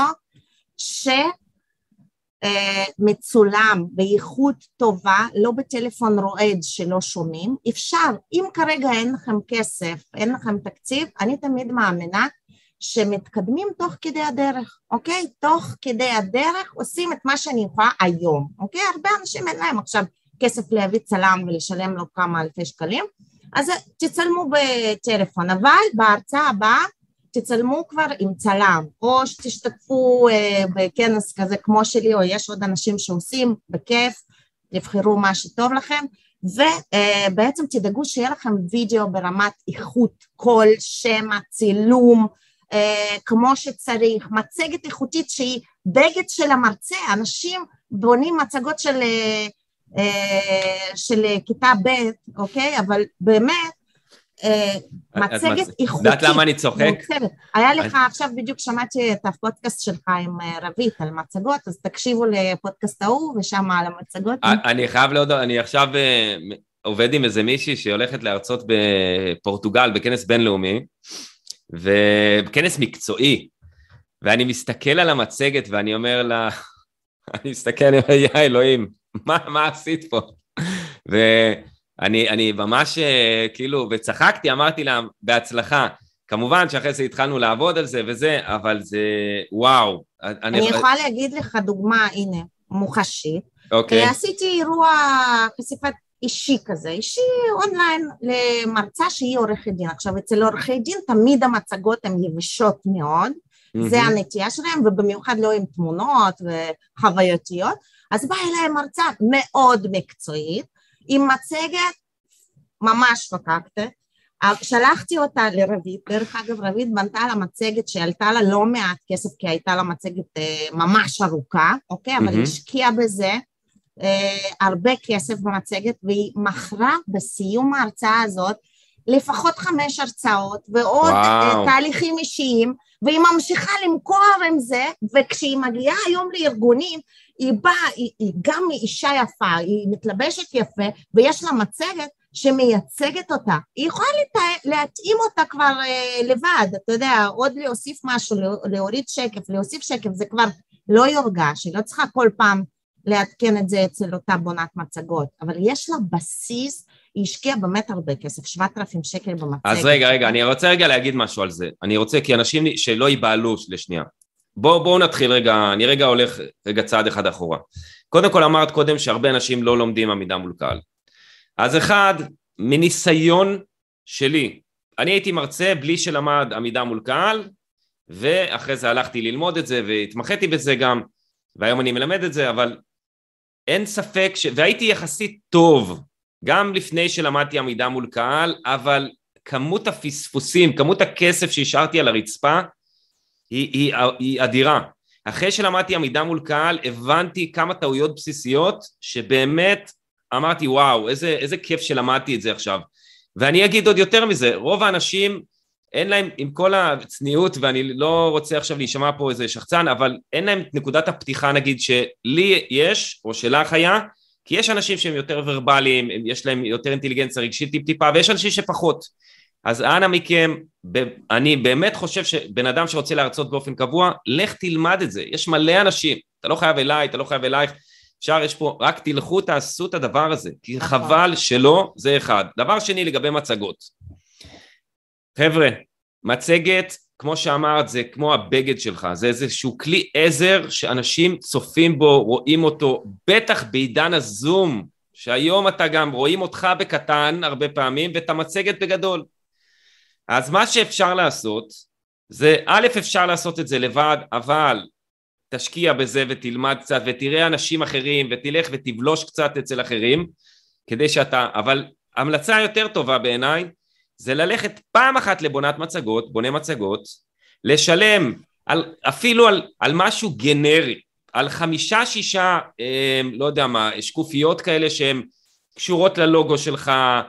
שמצולם באיכות טובה, לא בטלפון רועד שלא שומעים, אפשר, אם כרגע אין לכם כסף, אין לכם תקציב, אני תמיד מאמינה שמתקדמים תוך כדי הדרך, אוקיי? תוך כדי הדרך עושים את מה שאני יכולה היום, אוקיי? הרבה אנשים אין להם עכשיו, כסף להביא צלם ולשלם לו כמה אלפי שקלים, אז תצלמו בטלפון, אבל בהרצאה הבאה תצלמו כבר עם צלם, או שתשתתפו אה, בכנס כזה כמו שלי, או יש עוד אנשים שעושים בכיף, תבחרו מה שטוב לכם, ובעצם תדאגו שיהיה לכם וידאו ברמת איכות, קול, שמע, צילום, אה, כמו שצריך, מצגת איכותית שהיא בגד של המרצה, אנשים בונים מצגות של... אה, של כיתה ב', אוקיי? אבל באמת, מצגת איכותית.
יודעת למה אני צוחק?
היה לך, עכשיו בדיוק שמעתי את הפודקאסט שלך עם רבית על מצגות, אז תקשיבו לפודקאסט ההוא ושם על המצגות.
אני חייב להודות, אני עכשיו עובד עם איזה מישהי שהולכת להרצות בפורטוגל, בכנס בינלאומי, וכנס מקצועי, ואני מסתכל על המצגת ואני אומר לה, אני מסתכל, אני אומר, יא אלוהים, מה, מה עשית פה? ואני, אני ממש כאילו, וצחקתי, אמרתי לה, בהצלחה, כמובן שאחרי זה התחלנו לעבוד על זה וזה, אבל זה, וואו.
אני, אני יכולה להגיד לך דוגמה, הנה, מוחשית.
אוקיי.
עשיתי אירוע חשיפת אישי כזה, אישי אונליין למרצה שהיא עורכת דין. עכשיו אצל עורכי דין תמיד המצגות הן יבשות מאוד, mm-hmm. זה הנטייה שלהם, ובמיוחד לא עם תמונות וחוויותיות, אז באה אליי מרצה מאוד מקצועית, עם מצגת ממש פקקת, שלחתי אותה לרבית, דרך אגב רבית בנתה לה מצגת שעלתה לה לא מעט כסף, כי הייתה לה מצגת ממש ארוכה, אוקיי? אבל היא השקיעה בזה הרבה כסף במצגת, והיא מכרה בסיום ההרצאה הזאת לפחות חמש הרצאות, ועוד תהליכים אישיים, והיא ממשיכה למכור עם זה, וכשהיא מגיעה היום לארגונים, היא באה, היא, היא גם אישה יפה, היא מתלבשת יפה, ויש לה מצגת, שמייצגת אותה, היא יכולה להתאים אותה כבר לבד, אתה יודע, עוד להוסיף משהו, להוריד שקף, להוסיף שקף, זה כבר לא יורגש, היא לא צריכה כל פעם לעדכן את זה אצל אותה בונת מצגות, אבל יש לה בסיס, היא השקיעה באמת הרבה כסף, שבעת אלפים שקל במצגת.
אז רגע, רגע, אני רוצה רגע להגיד משהו על זה, אני רוצה, כי אנשים שלא ייבעלו לשנייה, בואו בוא נתחיל רגע, אני רגע הולך רגע צעד אחד אחורה, קודם כל אמרת קודם שהרבה אנשים לא לומדים עמידה מול קהל, אז אחד, מניסיון שלי, אני הייתי מרצה בלי שלמד עמידה מול קהל, ואחרי זה הלכתי ללמוד את זה, והתמחיתי בזה גם, והיום אני מלמד את זה, אבל אין ספק, ש... והייתי יחסית טוב, גם לפני שלמדתי עמידה מול קהל, אבל כמות הפספוסים, כמות הכסף שהשארתי על הרצפה, היא, היא, היא אדירה. אחרי שלמדתי עמידה מול קהל, הבנתי כמה טעויות בסיסיות, שבאמת, אמרתי וואו, איזה, איזה כיף שלמדתי את זה עכשיו, ואני אגיד עוד יותר מזה, רוב האנשים אין להם, עם כל הצניעות, ואני לא רוצה עכשיו להישמע פה איזה שחצן, אבל אין להם נקודת הפתיחה נגיד שלי יש, או שלך היה, כי יש אנשים שהם יותר ורבליים, יש להם יותר אינטליגנציה רגשית טיפ טיפה, ויש אנשים שפחות, אז אנא מכם, אני באמת חושב שבן אדם שרוצה להרצות באופן קבוע, לך תלמד את זה, יש מלא אנשים, אתה לא חייב אליי, אתה לא חייב אלייך, אפשר, יש פה, רק תלכו, תעשו את הדבר הזה, כי חבל שלא, זה אחד. דבר שני, לגבי מצגות. חבר'ה, מצגת, כמו שאמרת, זה כמו הבגד שלך, זה איזשהו כלי עזר שאנשים צופים בו, רואים אותו, בטח בעידן הזום, שהיום אתה גם רואים אותך בקטן הרבה פעמים, ואת המצגת בגדול. אז מה שאפשר לעשות, זה א' אפשר לעשות את זה לבד, אבל תשקיע בזה ותלמד קצת ותראה אנשים אחרים ותלך ותבלוש קצת אצל אחרים, כדי שאתה, אבל המלצה יותר טובה בעיניי, זה ללכת פעם אחת לבונת מצגות, בוני מצגות, לשלם על, אפילו על, על משהו גנרי, על חמישה שישה, אה, לא יודע מה, שקופיות כאלה שהן קשורות ללוגו שלך,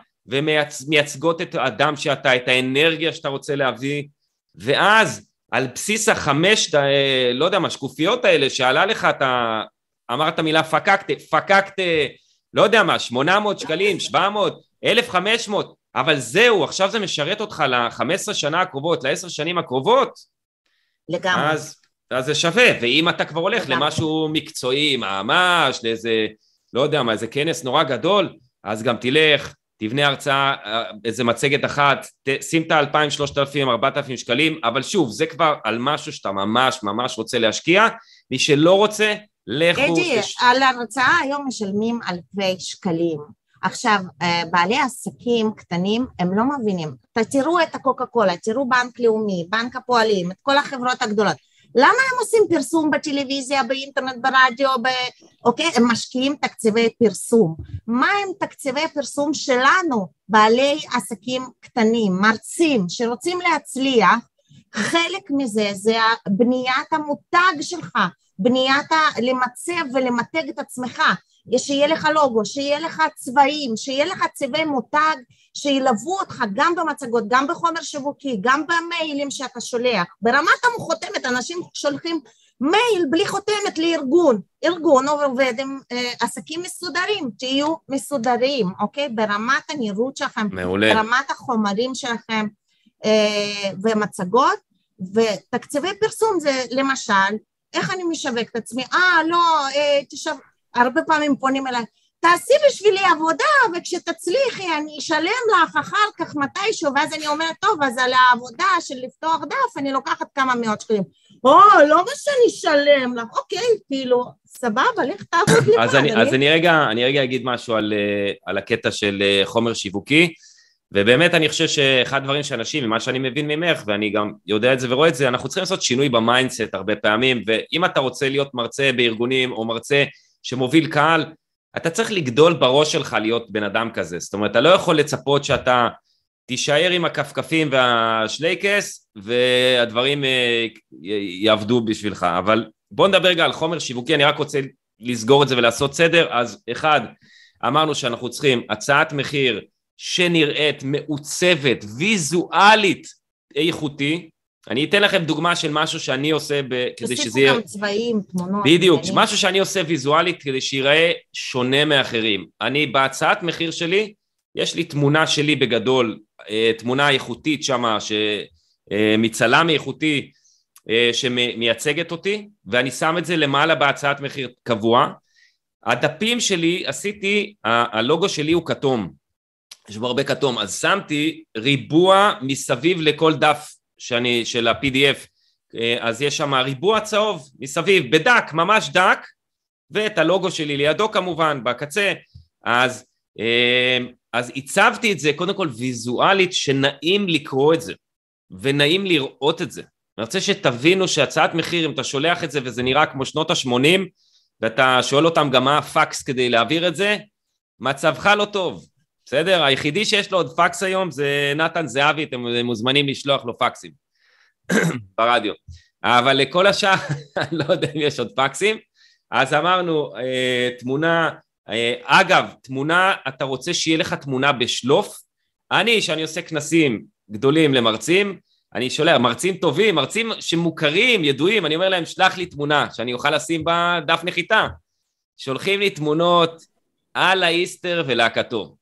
ומייצגות את האדם שאתה, את האנרגיה שאתה רוצה להביא, ואז על בסיס החמש, לא יודע מה, שקופיות האלה, שעלה לך, אתה אמרת מילה פקקת, פקקת, לא יודע מה, שמונה מאות שקלים, שבע מאות, אלף וחמש מאות, אבל זהו, עכשיו זה משרת אותך ל-חמש עשרה שנה הקרובות, ל-עשר שנים הקרובות,
לגמרי.
אז, אז זה שווה, ואם אתה כבר הולך לגמרי. למשהו מקצועי, ממש, לאיזה, לא יודע מה, איזה כנס נורא גדול, אז גם תלך, תבנה הרצאה, איזה מצגת אחת, שים את ה-אלפיים, שלושת אלפים, ארבעת אלפים שקלים, אבל שוב, זה כבר על משהו שאתה ממש ממש רוצה להשקיע, מי שלא רוצה, לכו...
אדי, לש... על ההרצאה היום משלמים אלפי שקלים. עכשיו, בעלי עסקים קטנים, הם לא מבינים. תראו את הקוקה קולה, תראו בנק לאומי, בנק הפועלים, את כל החברות הגדולות. למה הם עושים פרסום בטלוויזיה, באינטרנט, ברדיו, ב... אוקיי? הם משקיעים תקציבי פרסום. מה הם תקציבי פרסום שלנו, בעלי עסקים קטנים, מרצים, שרוצים להצליח? חלק מזה זה בניית המותג שלך, בניית ה... למצב ולמתג את עצמך, שיהיה לך לוגו, שיהיה לך צבעים, שיהיה לך צבעי מותג, שילוו אותך גם במצגות, גם בחומר שיווקי, גם במיילים שאתה שולח. ברמת המחותמת, אנשים שולחים מייל בלי חותמת לארגון. ארגון עובד עם אה, עסקים מסודרים, תהיו מסודרים, אוקיי? ברמת הנראות שלכם,
מעולה.
ברמת החומרים שלכם אה, ומצגות, ותקציבי פרסום זה למשל, איך אני משווק את עצמי? אה, לא, אה, תשב... הרבה פעמים פונים אליי, תעשי בשבילי עבודה, וכשתצליחי אני אשלם לך אחר כך מתישהו, ואז אני אומרת, טוב, אז על העבודה של לפתוח דף, אני לוקחת כמה מאות שקלים. או, לא מה שאני שלם לך, אוקיי, כאילו, סבבה, לך תעבוד לבד.
אז אני, אז אני רגע, אני רגע אגיד משהו על, על הקטע של חומר שיווקי, ובאמת אני חושב שאחד הדברים שאנשים, ממה שאני מבין ממך, ואני גם יודע את זה ורואה את זה, אנחנו צריכים לעשות שינוי במיינדסט הרבה פעמים, ואם אתה רוצה להיות מרצה בארגונים, או מרצה שמוביל קהל, אתה צריך לגדול בראש שלך להיות בן אדם כזה, זאת אומרת, אתה לא יכול לצפות שאתה תישאר עם הכפכפים והשלייקס, והדברים יעבדו בשבילך, אבל בוא נדבר רגע על חומר שיווקי, אני רק רוצה לסגור את זה ולעשות סדר. אז אחד, אמרנו שאנחנו צריכים הצעת מחיר שנראית מעוצבת, ויזואלית איכותי, אני אתן לכם דוגמה של משהו שאני עושה ב... כדי שזה יהיה...
תוסיפו גם צבעים, תמונות.
בדיוק, משהו שאני עושה ויזואלית כדי שיראה שונה מאחרים. אני בהצעת מחיר שלי, יש לי תמונה שלי בגדול, תמונה איכותית שמה, מצלם איכותי, שמייצגת אותי, ואני שם את זה למעלה בהצעת מחיר קבוע. הדפים שלי, עשיתי, הלוגו שלי הוא כתום, יש בו הרבה כתום, אז שמתי ריבוע מסביב לכל דף שאני, של ה-פי די אף, אז יש שם ריבוע צהוב מסביב, בדק, ממש דק, ואת הלוגו שלי לידו כמובן, בקצה, אז, אז הצבתי את זה קודם כל ויזואלית, שנעים לקרוא את זה, ונעים לראות את זה. אני רוצה שתבינו שהצעת מחיר, אם אתה שולח את זה וזה נראה כמו שנות ה-שמונים, ואתה שואל אותם גם מה הפקס כדי להעביר את זה, מצבך לא טוב, בסדר? היחידי שיש לו עוד פקס היום זה נתן זהבי, אתם מוזמנים לשלוח לו פקסים ברדיו, אבל לכל השאר, אני לא יודע אם יש עוד פקסים, אז אמרנו, תמונה, אגב, תמונה, אתה רוצה שיהיה לך תמונה בשלוף, אני, שאני עושה כנסים גדולים למרצים, אני שולח, מרצים טובים, מרצים שמוכרים, ידועים, אני אומר להם, שלח לי תמונה, שאני אוכל לשים בה דף נחיתה. שולחים לי תמונות על האיסטר ולהקתו.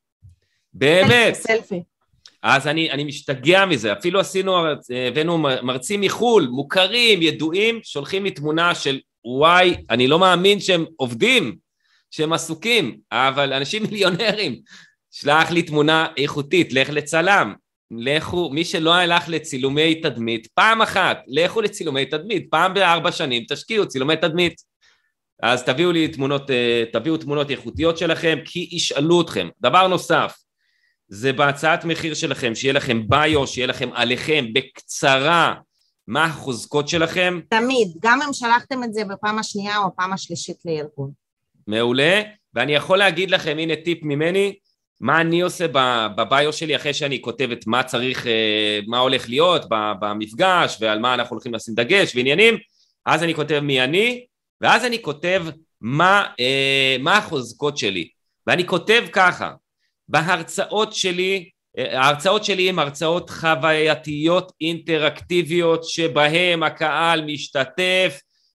באמת.
סלפי.
אז אני, אני משתגע מזה, אפילו עשינו, הבאנו מרצים מחול, מוכרים, ידועים, שולחים לי תמונה של וואי, אני לא מאמין שהם עובדים, שהם עסוקים, אבל אנשים מיליונרים, שלח לי תמונה איכותית, לך לצלם, לכו, מי שלא הלך לצילומי תדמית, פעם אחת, לכו לצילומי תדמית, פעם בארבע שנים, תשקיעו צילומי תדמית, אז תביאו לי תמונות, תביאו תמונות איכותיות שלכם, כי ישאלו אתכם. דבר נוסף, זה בהצעת מחיר שלכם, שיהיה לכם ביו, שיהיה לכם עליכם, בקצרה, מה החוזקות שלכם.
תמיד, גם אם שלחתם את זה בפעם השנייה או הפעם השלישית לארגון.
מעולה, ואני יכול להגיד לכם, הנה טיפ ממני, מה אני עושה בביו שלי אחרי שאני כותבת מה צריך, מה הולך להיות במפגש ועל מה אנחנו הולכים לשים דגש ועניינים, אז אני כותב מי אני, ואז אני כותב מה, מה החוזקות שלי, ואני כותב ככה, בהרצאות שלי, ההרצאות שלי הן הרצאות חווייתיות אינטראקטיביות שבהן הקהל משתתף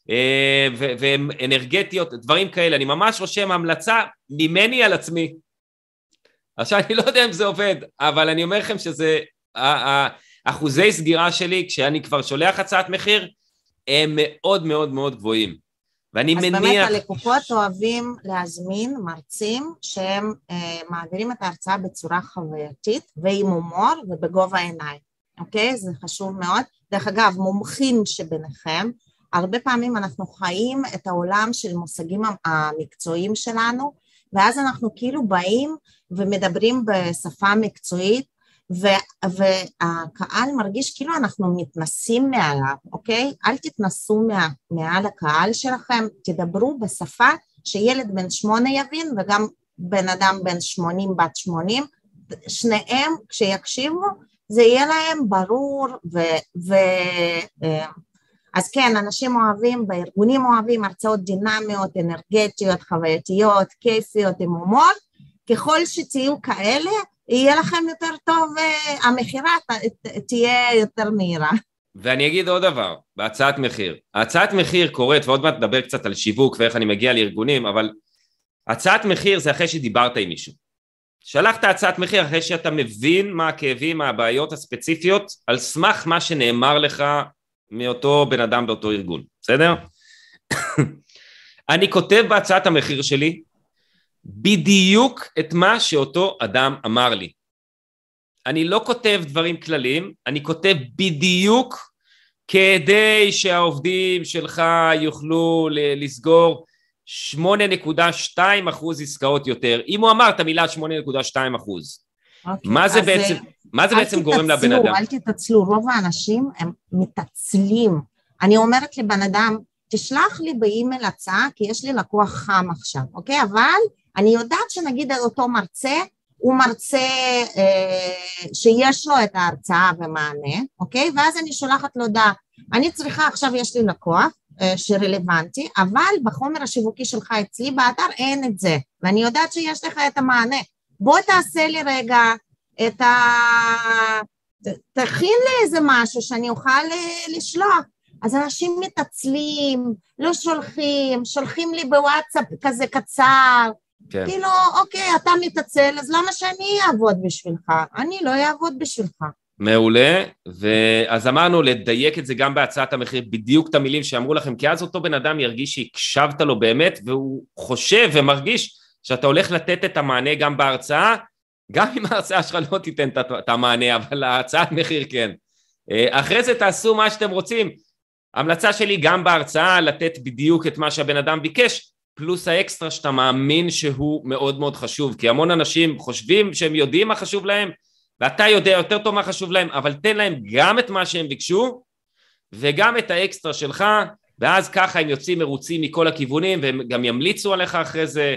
והן אנרגטיות, דברים כאלה, אני ממש רושם המלצה ממני על עצמי. עכשיו אני לא יודע אם זה עובד, אבל אני אומר לכם שזה, אחוזי סגירה שלי, כשאני כבר שולח הצעת מחיר, הם מאוד מאוד מאוד גבוהים. ואני
אז
מניח...
אז באמת הלקוחות אוהבים להזמין מרצים שהם אה, מעבירים את ההרצאה בצורה חווייתית, ועם הומור ובגובה העיניים, אוקיי? זה חשוב מאוד. דרך אגב, מומחים שביניכם, הרבה פעמים אנחנו חיים את העולם של מושגים המקצועיים שלנו, ואז אנחנו כאילו באים ומדברים בשפה מקצועית, והקהל מרגיש כאילו אנחנו מתנסים מעליו, אוקיי? אל תתנסו מה, מעל הקהל שלכם, תדברו בשפה שילד בן שמונה יבין, וגם בן אדם בן שמונים, בת שמונים, שניהם כשיקשיבו, זה יהיה להם ברור, ו... ו אז כן, אנשים אוהבים, בארגונים אוהבים, הרצאות דינמיות, אנרגטיות, חווייתיות, כיפיות, עם הומור, ככל שתהיו כאלה, יהיה לכם יותר טוב, המחירה תהיה יותר מהירה.
ואני אגיד עוד דבר, בהצעת מחיר. הצעת מחיר קורית, ועוד מעט נדבר קצת על שיווק ואיך אני מגיע לארגונים, אבל הצעת מחיר זה אחרי שדיברת עם מישהו. שלחת הצעת מחיר אחרי שאתה מבין מה הכאבים, מה הבעיות הספציפיות, על סמך מה שנאמר לך מאותו בן אדם באותו ארגון, בסדר? אני כותב בהצעת המחיר שלי, בדיוק את מה שאותו אדם אמר לי. אני לא כותב דברים כלליים, אני כותב בדיוק כדי שהעובדים שלך יוכלו לסגור שמונה נקודה שתיים אחוז עסקאות יותר. אם הוא אמר את המילה שמונה נקודה שתיים אחוז, מה זה בעצם, מה זה בעצם גורם לבן אדם?
אל תתעצלו, רוב האנשים הם מתעצלים. אני אומרת לבן אדם, תשלח לי באימייל הצעה, כי יש לי לקוח חם עכשיו, אוקיי? אבל אני יודעת שנגיד אותו מרצה, הוא מרצה אה, שיש לו את ההרצאה ומענה, אוקיי? ואז אני שולחת לו דעה, אני צריכה, עכשיו יש לי לקוח אה, שרלוונטי, אבל בחומר השיווקי שלך אצלי באתר אין את זה, ואני יודעת שיש לך את המענה. בוא תעשה לי רגע את ה... תכין לי איזה משהו שאני אוכל לשלוח. אז אנשים מתעצלים, לא שולחים, שולחים לי בוואטסאפ כזה קצר, כן. כאילו, אוקיי, אתה מתעצל, אז למה שאני אעבוד בשבילך? אני לא אעבוד בשבילך.
מעולה, ואז אמרנו לדייק את זה גם בהצעת המחיר, בדיוק את המילים שאמרו לכם, כי אז אותו בן אדם ירגיש שהקשבת לו באמת, והוא חושב ומרגיש שאתה הולך לתת את המענה גם בהרצאה, גם אם ההרצאה שלך לא תיתן את המענה, אבל ההצעת מחיר כן. אחרי זה תעשו מה שאתם רוצים, המלצה שלי גם בהרצאה לתת בדיוק את מה שהבן אדם ביקש, פלוס האקסטרה שאתה מאמין שהוא מאוד מאוד חשוב, כי המון אנשים חושבים שהם יודעים מה חשוב להם, ואתה יודע יותר טוב מה חשוב להם, אבל תן להם גם את מה שהם ביקשו, וגם את האקסטרה שלך, ואז ככה הם יוצאים מרוצים מכל הכיוונים, והם גם ימליצו עליך אחרי זה,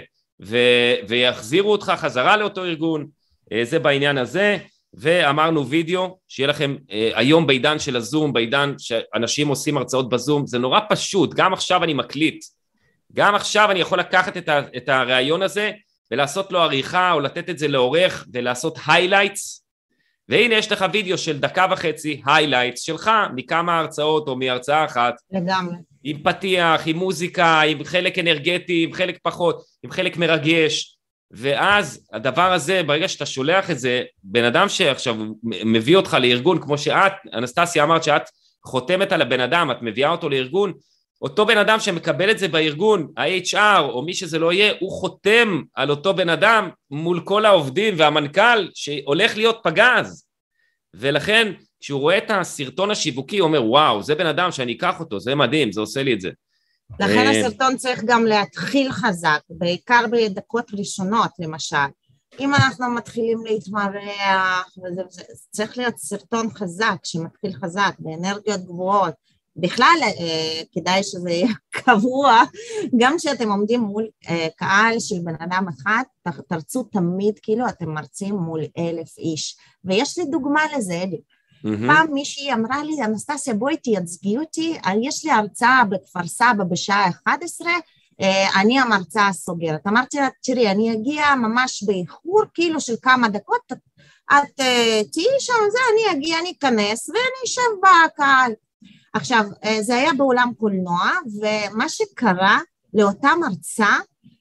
ו- ויחזירו אותך חזרה לאותו ארגון, זה בעניין הזה, ואמרנו וידאו, שיהיה לכם אה, היום בעידן של הזום, בעידן שאנשים עושים הרצאות בזום, זה נורא פשוט, גם עכשיו אני מקליט, גם עכשיו אני יכול לקחת את, ה, את הרעיון הזה, ולעשות לו עריכה, או לתת את זה לעורך, ולעשות highlights, והנה יש לך וידאו של דקה וחצי, highlights שלך, מכמה הרצאות, או מהרצאה אחת,
לגמרי.
עם פתיח, עם מוזיקה, עם חלק אנרגטי, עם חלק פחות, עם חלק מרגש, ואז הדבר הזה, ברגע שאתה שולח את זה, בן אדם שעכשיו מביא אותך לארגון, כמו שאת, אנסטסיה אמרת שאת חותמת על הבן אדם, את מביאה אותו לארגון, אותו בן אדם שמקבל את זה בארגון, ה-אייץ' אר או מי שזה לא יהיה, הוא חותם על אותו בן אדם מול כל העובדים והמנכ"ל שהולך להיות פגז, ולכן כשהוא רואה את הסרטון השיווקי, הוא אומר וואו, זה בן אדם שאני אקח אותו, זה מדהים, זה עושה לי את זה.
לכן הסרטון צריך גם להתחיל חזק, בעיקר בדקות ראשונות למשל. אם אנחנו מתחילים להתמרח, וזה, זה, צריך להיות סרטון חזק, שמתחיל חזק, באנרגיות גבוהות. בכלל, אה, כדאי שזה יהיה קבוע, גם כשאתם עומדים מול אה, קהל של בן אדם אחד, תרצו תמיד כאילו אתם מרצים מול אלף איש. ויש לי דוגמה לזה, אלי. Mm-hmm. פעם מישהי אמרה לי, אנסטסיה בואי תייצגי אותי, יש לי הרצאה בכפר סבא בשעה אחת עשרה, אני המרצאה הסוגרת. אמרתי לה, תראי, אני אגיע ממש באיחור, כאילו של כמה דקות, את תהיי שם, זה אני אגיע, אני אכנס, ואני אשב בקהל. עכשיו, זה היה בעולם קולנוע, ומה שקרה לאותה מרצה,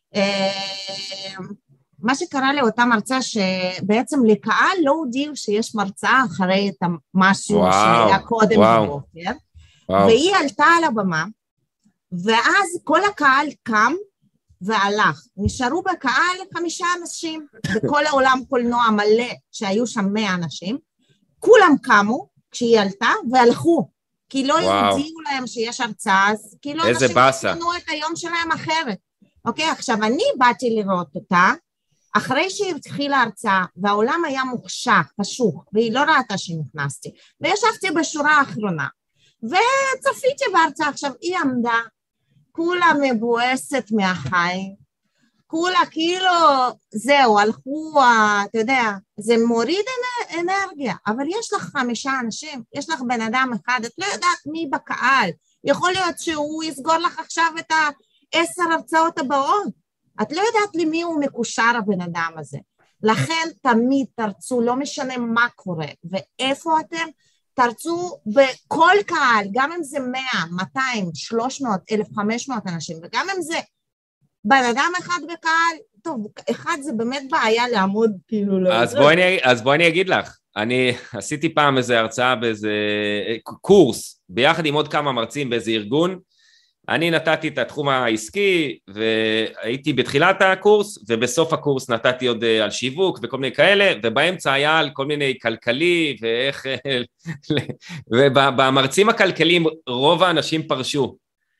מה שקרה לאותה מרצה שבעצם לקהל לא הודיעו שיש מרצאה אחרי את המשהו שהיה קודם בבוקר, והיא עלתה על הבמה, ואז כל הקהל קם והלך, נשארו בקהל חמישה אנשים, בכל העולם קולנוע מלא שהיו שם מאה אנשים, כולם קמו כשהיא עלתה והלכו, כי לא הודיעו להם שיש הרצאה, אז כאילו אנשים תכננו את היום שלהם אחרת. אוקיי, עכשיו אני באתי לראות אותה, אחרי שהיא התחילה הרצאה, והעולם היה מוחשך, חשוך, והיא לא ראתה שנכנסתי, וישבתי בשורה האחרונה, וצפיתי בהרצאה. עכשיו היא עמדה, כולה מבואסת מהחיים, כולה כאילו, זהו, הלכו, אתה יודע, זה מוריד אנרגיה, אבל יש לך חמישה אנשים, יש לך בן אדם אחד, את לא יודעת מי בקהל, יכול להיות שהוא יסגור לך עכשיו את העשר הרצאות הבאות, את לא יודעת למי הוא מקושר הבן אדם הזה, לכן תמיד תרצו, לא משנה מה קורה, ואיפה אתם, תרצו בכל קהל, גם אם זה מאה, מאתיים, שלוש מאות, אלף וחמש מאות אנשים, וגם אם זה בן אדם אחד בקהל, טוב, אחד זה באמת בעיה לעמוד כאילו לא...
אז בואי אני, אז בואי אני אגיד לך, אני עשיתי פעם איזה הרצאה באיזה קורס, ביחד עם עוד כמה מרצים באיזה ארגון, אני נתתי את התחום העסקי, והייתי בתחילת הקורס, ובסוף הקורס נתתי עוד על שיווק וכל מיני כאלה, ובאמצע היה על כל מיני כלכלי, ואיך, ובמרצים הכלכליים רוב האנשים פרשו,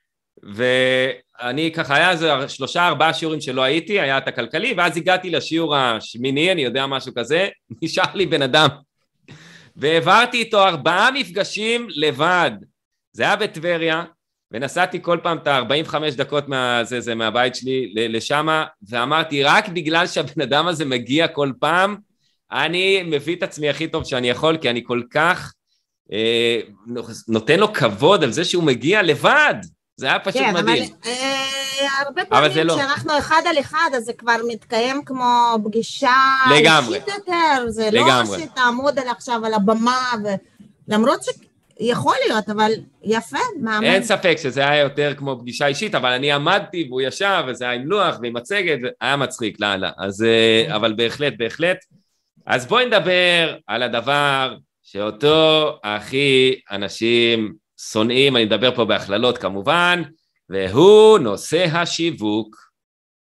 ואני ככה, היה איזה שלושה ארבעה שיעורים שלא הייתי, היה את הכלכלי, ואז הגעתי לשיעור השמיני, אני יודע משהו כזה, נשאר לי בן אדם, והעברתי איתו ארבעה מפגשים לבד, זה היה בטבריה, ונסעתי כל פעם את ה-ארבעים וחמש דקות מה, זה, זה, מהבית שלי לשמה, ואמרתי, רק בגלל שהבן אדם הזה מגיע כל פעם, אני מביא את עצמי הכי טוב שאני יכול, כי אני כל כך אה, נותן לו כבוד על זה שהוא מגיע לבד, זה היה פשוט
כן,
מדהים.
אבל אה, הרבה פעמים
לא.
כשאנחנו אחד על אחד, אז זה כבר מתקיים כמו פגישה
לגמרי.
אישית יותר, זה
לגמרי.
לא שתעמוד עכשיו על הבמה, ולמרות ש... יכול להיות, אבל יפה, מאמן.
אין ספק שזה היה יותר כמו פגישה אישית, אבל אני עמדתי והוא ישב, וזה היה עם לוח ועם מצגת, היה מצחיק, לא, לא. אז, אבל בהחלט, בהחלט. אז בואי נדבר על הדבר שאותו הכי אנשים שונאים, אני מדבר פה בהכללות כמובן, והוא נושא השיווק.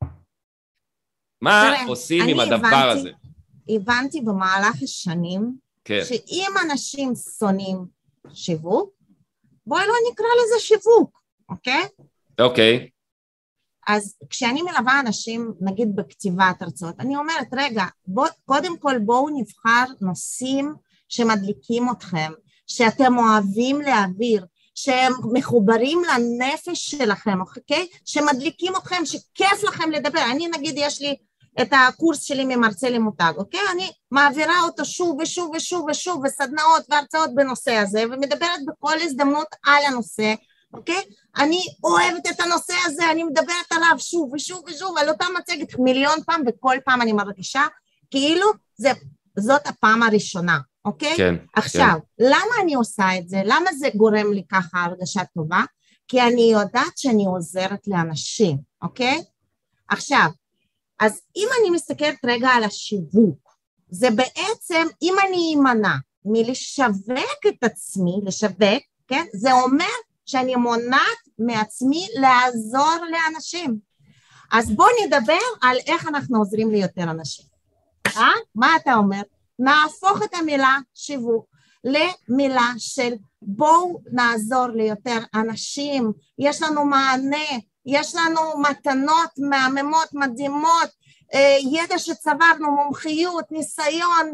מה תראה, עושים עם הדבר
הבנתי,
הזה?
הבנתי במהלך השנים, כן. שאם אנשים שונאים, שיווק, בואי לא נקרא לזה שיווק, אוקיי?
אוקיי.
אז כשאני מלווה אנשים, נגיד בכתיבת הרצאות, אני אומרת, רגע, בוא, קודם כל בואו נבחר נושאים שמדליקים אתכם, שאתם אוהבים להעביר, שהם מחוברים לנפש שלכם, אוקיי? שמדליקים אתכם, שכיף לכם לדבר. אני נגיד, יש לי את הקורס שלי ממרצה למותג, אוקיי? אני מעבירה אותו שוב ושוב ושוב ושוב, וסדנאות והרצאות בנושא הזה, ומדברת בכל הזדמנות על הנושא, אוקיי? אני אוהבת את הנושא הזה, אני מדברת עליו שוב ושוב ושוב, על אותה מצגת מיליון פעם, וכל פעם אני מרגישה, כאילו זה, זאת הפעם הראשונה, אוקיי?
כן.
עכשיו,
כן.
למה אני עושה את זה? למה זה גורם לי ככה הרגשה טובה? כי אני יודעת שאני עוזרת לאנשים, אוקיי? עכשיו, אז אם אני מסתכלת רגע על השיווק, זה בעצם, אם אני אמנע מלשווק את עצמי, לשווק, כן? זה אומר שאני מונעת מעצמי לעזור לאנשים. אז בואו נדבר על איך אנחנו עוזרים ליותר אנשים. אה? מה אתה אומר? נהפוך את המילה שיווק למילה של בואו נעזור ליותר אנשים, יש לנו מענה, יש לנו מתנות מהממות מדהימות, ידע שצברנו, מומחיות, ניסיון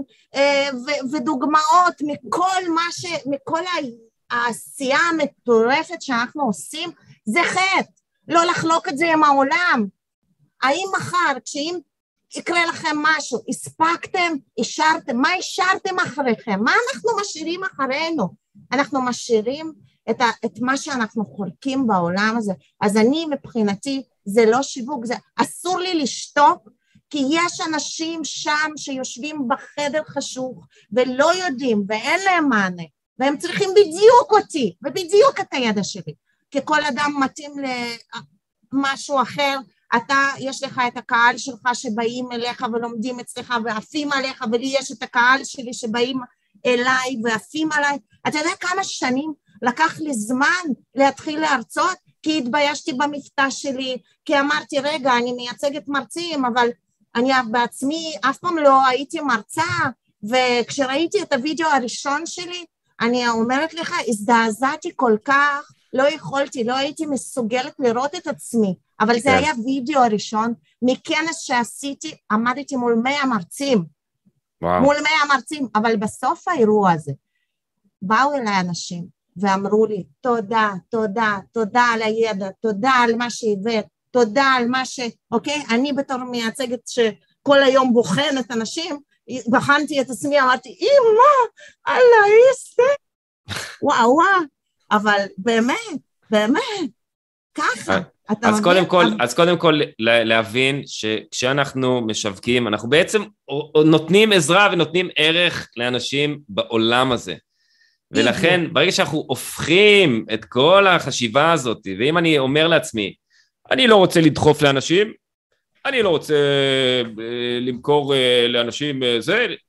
ודוגמאות מכל מה ש... מכל העשייה המטורפת שאנחנו עושים, זה חטא, לא לחלוק את זה עם העולם. האם מחר, כשאם יקרה לכם משהו, הספקתם, השארתם, מה השארתם אחריכם? מה אנחנו משאירים אחרינו? אנחנו משאירים את, ה, את מה שאנחנו חולקים בעולם הזה. אז אני מבחינתי, זה לא שיווק, זה אסור לי לשתוק, כי יש אנשים שם שיושבים בחדר חשוך, ולא יודעים, ואין להם מענה, והם צריכים בדיוק אותי, ובדיוק את הידע שלי, כי כל אדם מתאים למשהו אחר, אתה, יש לך את הקהל שלך שבאים אליך ולומדים אצלך ועפים עליך, ולי יש את הקהל שלי שבאים אליי ועפים עליי. אתה יודע כמה שנים לקח לי זמן להתחיל להרצות? כי התביישתי במבטא שלי, כי אמרתי, רגע, אני מייצגת מרצים, אבל אני בעצמי אף פעם לא הייתי מרצה, וכשראיתי את הוידאו הראשון שלי, אני אומרת לך, הזדעזעתי כל כך, לא יכולתי, לא הייתי מסוגלת לראות את עצמי, אבל זה היה וידאו הראשון, מכנס שעשיתי, עמדתי מול מאה מרצים, מול מאה מרצים, אבל בסוף האירוע הזה, באו אליי אנשים, ואמרו לי, תודה, תודה, תודה על הידע, תודה על מה שהבאת, תודה על מה ש... אוקיי? אני בתור מייצגת שכל היום בוחנת אנשים, בחנתי את עצמי, אמרתי, אמא, אללה איסטה, וואו וואו, אבל באמת, באמת, ככה.
אז קודם כל, אז קודם כל להבין שכשאנחנו משווקים, אנחנו בעצם נותנים עזרה ונותנים ערך לאנשים בעולם הזה. ולכן, ברגע שאנחנו הופכים את כל החשיבה הזאת, ואם אני אומר לעצמי, אני לא רוצה לדחוף לאנשים, אני לא רוצה למכור לאנשים זה,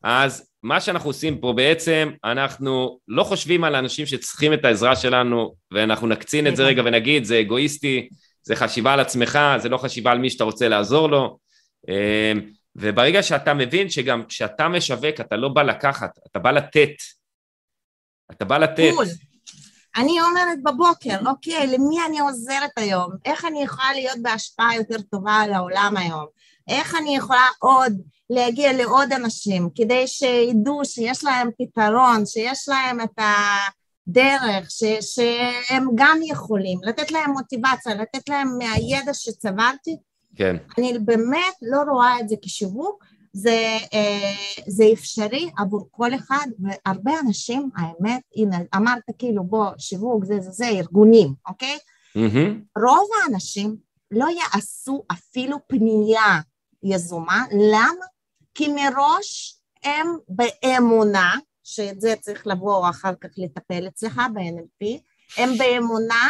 אז מה שאנחנו עושים פה בעצם, אנחנו לא חושבים על האנשים שצריכים את העזרה שלנו, ואנחנו נקצין את זה רגע ונגיד, זה אגואיסטי, זה חשיבה על עצמך, זה לא חשיבה על מי שאתה רוצה לעזור לו, וברגע שאתה מבין שגם כשאתה משווק, אתה לא בא לקחת, אתה בא לתת, אתה בא לתת.
אני אומרת בבוקר, אוקיי, למי אני עוזרת היום? איך אני יכולה להיות בהשפעה יותר טובה על העולם היום? איך אני יכולה עוד להגיע לעוד אנשים, כדי שידעו שיש להם פתרון, שיש להם את הדרך, ש, שהם גם יכולים, לתת להם מוטיבציה, לתת להם מהידע שצברתי.
כן.
אני באמת לא רואה את זה כשיווק, זה, זה אפשרי עבור כל אחד, והרבה אנשים, האמת, הנה, אמרת כאילו בוא, שיווק זה זה זה, ארגונים, אוקיי? Mm-hmm. רוב האנשים לא יעשו אפילו פנייה יזומה, למה? כי מראש הם באמונה, שאת זה צריך לבוא אחר כך לטפל אצלך ב-אן אל פי, הם באמונה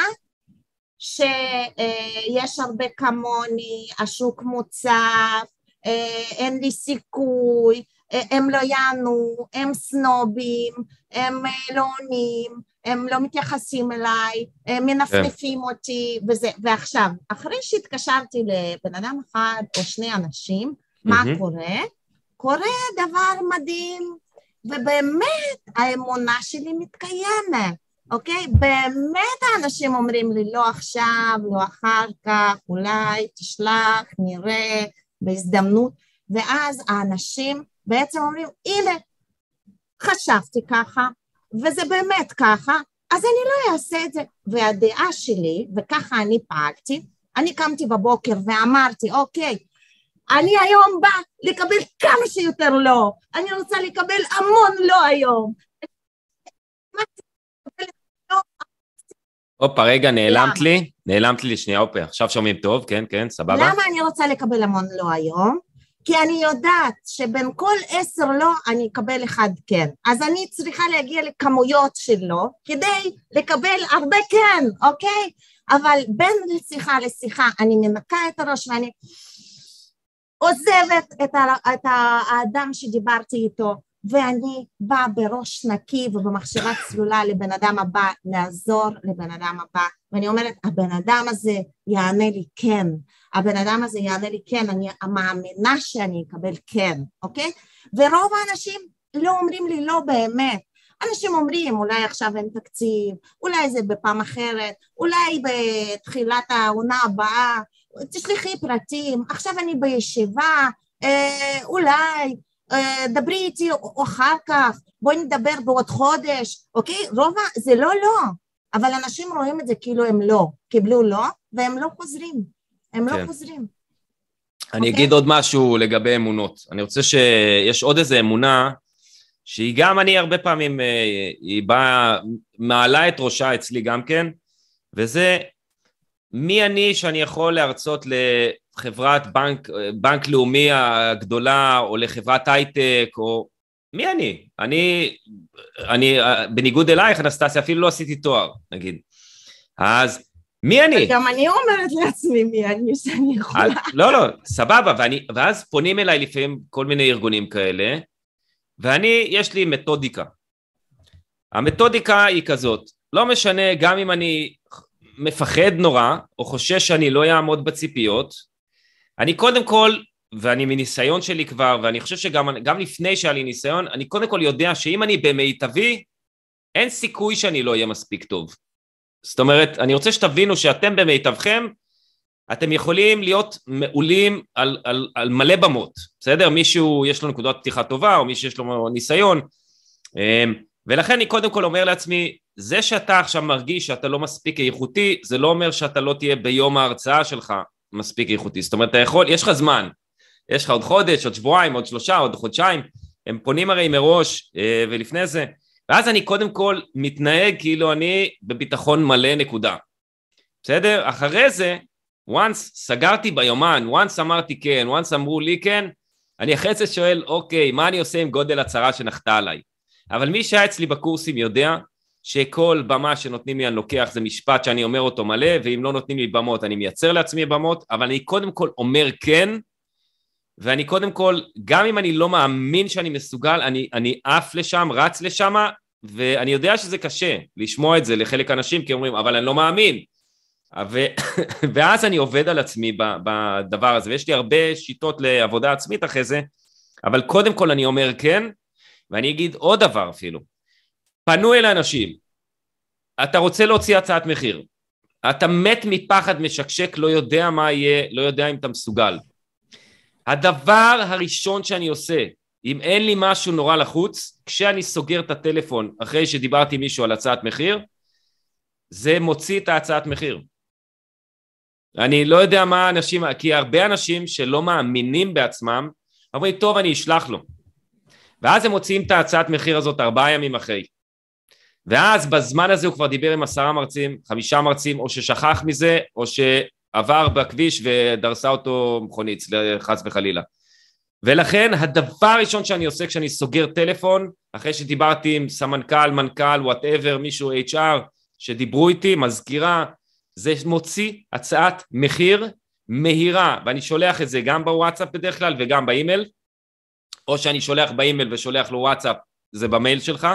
שיש הרבה כמוני, השוק מוצף, אין לי סיכוי, הם לא יענו, הם סנובים, הם לא עונים, הם לא מתייחסים אליי, הם מנפנפים אותי, וזה, ועכשיו, אחרי שהתקשרתי לבן אדם אחד או שני אנשים, מה קורה? קורה דבר מדהים, ובאמת האמונה שלי מתקיימת, אוקיי? באמת האנשים אומרים לי, לא עכשיו, לא אחר כך, אולי תשלח, נראה, בהזדמנות, ואז האנשים בעצם אומרים, הנה, חשבתי ככה, וזה באמת ככה, אז אני לא אעשה את זה. והדעה שלי, וככה אני פעלתי, אני קמתי בבוקר ואמרתי, אוקיי, אני היום בא לקבל כמה שיותר לא, אני רוצה לקבל המון לא היום.
אופה, רגע, נעלמת לי, נעלמת לי לשנייה, אופה, עכשיו שומעים טוב, כן, כן, סבבה.
למה אני רוצה לקבל המון לא היום? כי אני יודעת שבין כל עשר לא אני אקבל אחד כן, אז אני צריכה להגיע לכמויות של לא, כדי לקבל הרבה כן, אוקיי? אבל בין שיחה לשיחה אני מנקה את הראש ואני עוזבת את, ה- את האדם שדיברתי איתו, ואני באה בראש נקי ובמחשבה צלולה לבן אדם הבא, לעזור לבן אדם הבא, ואני אומרת, הבן אדם הזה יענה לי כן, הבן אדם הזה יענה לי כן, אני מאמינה שאני אקבל כן, אוקיי? ורוב האנשים לא אומרים לי לא באמת, אנשים אומרים, אולי עכשיו אין תקציב, אולי זה בפעם אחרת, אולי בתחילת העונה הבאה, תשלחי פרטים, עכשיו אני בישיבה, אה, אולי, דברי איתי או אחר כך, בואי נדבר בעוד חודש, אוקיי? רוב זה לא לא, אבל אנשים רואים את זה כאילו הם לא, קיבלו לא, והם לא חוזרים, הם לא חוזרים.
אני אגיד עוד משהו לגבי אמונות, אני רוצה שיש עוד איזו אמונה, שהיא גם אני הרבה פעמים, היא באה, מעלה את ראשה אצלי גם כן, וזה מי אני שאני יכול להרצות ל... חברת בנק, בנק לאומי הגדולה, או לחברת הייטק, או מי אני? אני, אני, בניגוד אלייך, אנסטסיה, אפילו לא עשיתי תואר, נגיד. אז מי אני?
גם אני אומרת לעצמי מי אני, שאני יכולה.
לא, לא, סבבה, ואני, ואז פונים אליי לפעמים כל מיני ארגונים כאלה, ואני, יש לי מתודיקה. המתודיקה היא כזאת, לא משנה, גם אם אני מפחד נורא, או חושש שאני לא יעמוד בציפיות, אני קודם כל, ואני מניסיון שלי כבר, ואני חושב שגם גם לפני שהיה לי ניסיון, אני קודם כל יודע שאם אני במיטבי, אין סיכוי שאני לא אהיה מספיק טוב. זאת אומרת, אני רוצה שתבינו שאתם במיטבכם, אתם יכולים להיות מעולים על, על, על מלא במות, בסדר? מישהו יש לו נקודת פתיחה טובה, או מישהו יש לו ניסיון, ולכן אני קודם כל אומר לעצמי, זה שאתה עכשיו מרגיש שאתה לא מספיק איכותי, זה לא אומר שאתה לא תהיה ביום ההרצאה שלך, מספיק איכותי, זאת אומרת, אתה יכול, יש לך זמן, יש לך עוד חודש, עוד שבועיים, עוד שלושה, עוד חודשיים, הם פונים הרי מראש, ולפני זה, ואז אני קודם כל מתנהג כאילו אני בביטחון מלא נקודה, בסדר? אחרי זה, once סגרתי ביומן, once אמרתי כן, once אמרו לי כן, אני אחרי זה שואל, אוקיי, מה אני עושה עם גודל הצרה שנחתה עליי? אבל מי שהיה אצלי בקורסים יודע, שכל במה שנותנים לי אני לוקח, זה משפט שאני אומר אותו מלא, ואם לא נותנים לי במות, אני מייצר לעצמי במות, אבל אני קודם כל אומר כן, ואני קודם כל, גם אם אני לא מאמין שאני מסוגל, אני, אני עף לשם, רץ לשם, ואני יודע שזה קשה לשמוע את זה לחלק אנשים, כי אומרים, אבל אני לא מאמין. ו... ואז אני עובד על עצמי בדבר הזה, ויש לי הרבה שיטות לעבודה עצמית אחרי זה, אבל קודם כל אני אומר כן, ואני אגיד עוד דבר אפילו. פנו אל האנשים, אתה רוצה להוציא הצעת מחיר, אתה מת מפחד, משקשק, לא יודע מה יהיה, לא יודע אם אתה מסוגל. הדבר הראשון שאני עושה, אם אין לי משהו נורא לחוץ, כשאני סוגר את הטלפון, אחרי שדיברתי עם מישהו על הצעת מחיר, זה מוציא את ההצעת מחיר. אני לא יודע מה אנשים, כי הרבה אנשים שלא מאמינים בעצמם, אומרים, טוב, אני אשלח לו. ואז הם מוציאים את ההצעת מחיר הזאת ארבעה ימים אחרי. ואז בזמן הזה הוא כבר דיבר עם עשרה מרצים, חמישה מרצים, או ששכח מזה, או שעבר בכביש ודרסה אותו מכונית, חס וחלילה. ולכן הדבר הראשון שאני עושה כשאני סוגר טלפון, אחרי שדיברתי עם סמנכ"ל, מנכ"ל, whatever, מישהו אייץ' אר, שדיברו איתי, מזכירה, זה מוציא הצעת מחיר מהירה, ואני שולח את זה גם בוואטסאפ בדרך כלל וגם באימייל, או שאני שולח באימייל ושולח לו וואטסאפ, זה במייל שלך,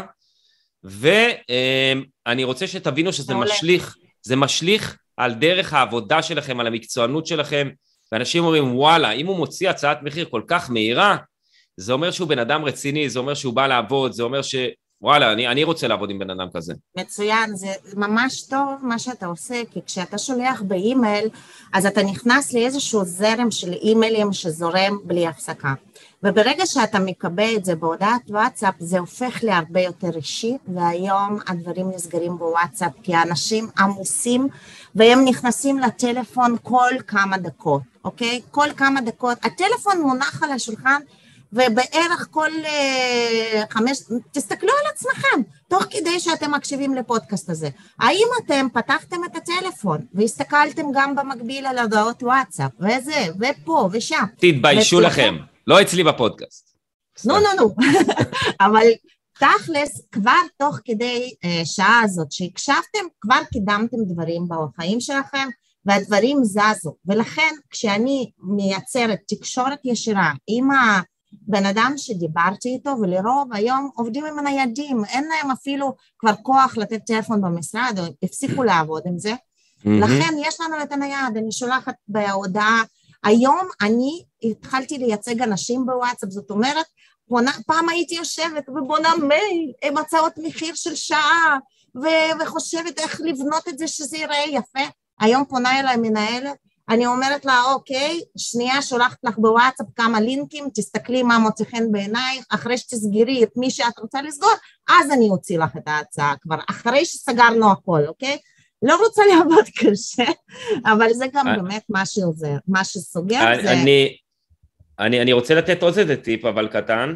ואני רוצה שתבינו שזה משליך, זה משליך על דרך העבודה שלכם, על המקצוענות שלכם, ואנשים אומרים, וואלה, אם הוא מוציא הצעת מחיר כל כך מהירה, זה אומר שהוא בן אדם רציני, זה אומר שהוא בא לעבוד, זה אומר ש... וואלה, אני, אני רוצה לעבוד עם בן אדם כזה.
מצוין, זה ממש טוב מה שאתה עושה, כי כשאתה שולח באימייל, אז אתה נכנס לאיזשהו זרם של אימיילים שזורם בלי הפסקה. וברגע שאתה מקבל את זה בהודעת וואטסאפ, זה הופך להרבה יותר אישי, והיום הדברים נסגרים בוואטסאפ, כי האנשים עמוסים, והם נכנסים לטלפון כל כמה דקות, אוקיי? כל כמה דקות. הטלפון מונח על השולחן, ובערך כל uh, חמש, תסתכלו על עצמכם, תוך כדי שאתם מקשיבים לפודקאסט הזה. האם אתם פתחתם את הטלפון, והסתכלתם גם במקביל על הודעות וואטסאפ, וזה, ופה, ושם.
תתביישו לכם, לא אצלי בפודקאסט.
נו, נו, נו. אבל תכלס, כבר תוך כדי uh, שעה הזאת שהקשבתם, כבר קידמתם דברים בחיים שלכם, והדברים זזו. ולכן, כשאני מייצרת תקשורת ישירה עם ה... בן אדם שדיברתי איתו, ולרוב היום עובדים עם הניידים, אין להם אפילו כבר כוח לתת טלפון במשרד, או הפסיקו לעבוד עם זה, mm-hmm. לכן יש לנו את הנייד, אני שולחת בהודעה, היום אני התחלתי לייצג אנשים בוואטסאפ, זאת אומרת, בונה, פעם הייתי יושבת ובונה מייל, עם הצעות מחיר של שעה, ו- וחושבת איך לבנות את זה שזה ייראה יפה, היום פונה אליי מנהלת, אני אומרת לה, אוקיי, שנייה שולחת לך בוואטסאפ כמה לינקים, תסתכלי מה מוצא חן בעינייך, אחרי שתסגרי את מי שאת רוצה לסגור, אז אני אוציא לך את ההצעה כבר, אחרי שסגרנו הכל, אוקיי? לא רוצה לעבוד קשה, אבל זה גם באמת מה שעוזר, מה שסוגר זה...
אני, אני, אני רוצה לתת עוד איזה טיפ, אבל קטן,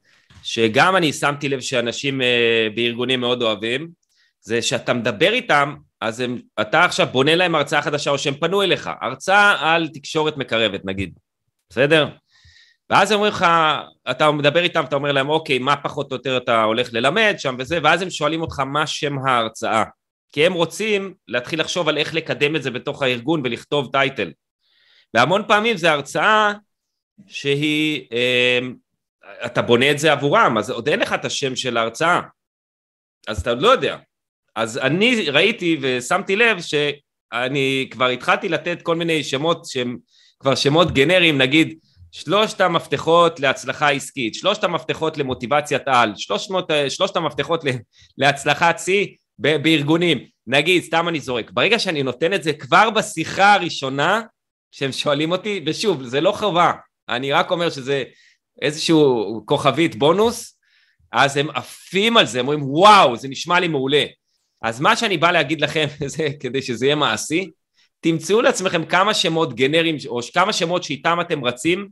שגם אני שמתי לב שאנשים בארגונים מאוד אוהבים, זה שאתה מדבר איתם, אז הם, אתה עכשיו בונה להם הרצאה חדשה, או שהם פנו אליך, הרצאה על תקשורת מקרבת, נגיד, בסדר? ואז הם אומרים לך, אתה מדבר איתם, אתה אומר להם, אוקיי, מה פחות או יותר אתה הולך ללמד שם וזה, ואז הם שואלים אותך מה שם ההרצאה, כי הם רוצים להתחיל לחשוב על איך לקדם את זה בתוך הארגון, ולכתוב טייטל. והמון פעמים זה הרצאה שהיא, אתה בונה את זה עבורם, אז עוד אין לך את השם של ההרצאה, אז אתה עוד לא יודע. אז אני ראיתי ושמתי לב שאני כבר התחלתי לתת כל מיני שמות שהם כבר שמות גנריים, נגיד שלושת המפתחות להצלחה עסקית, שלושת המפתחות למוטיבציית על, שלושת, שלושת המפתחות להצלחת שיא בארגונים, נגיד, סתם אני זורק, ברגע שאני נותן את זה כבר בשיחה הראשונה שהם שואלים אותי, ושוב, זה לא חובה, אני רק אומר שזה איזשהו כוכבית בונוס, אז הם עפים על זה, הם אומרים וואו, זה נשמע לי מעולה. אז מה שאני בא להגיד לכם, זה, כדי שזה יהיה מעשי, תמצאו לעצמכם כמה שמות גנריים, או כמה שמות שאיתם אתם רצים,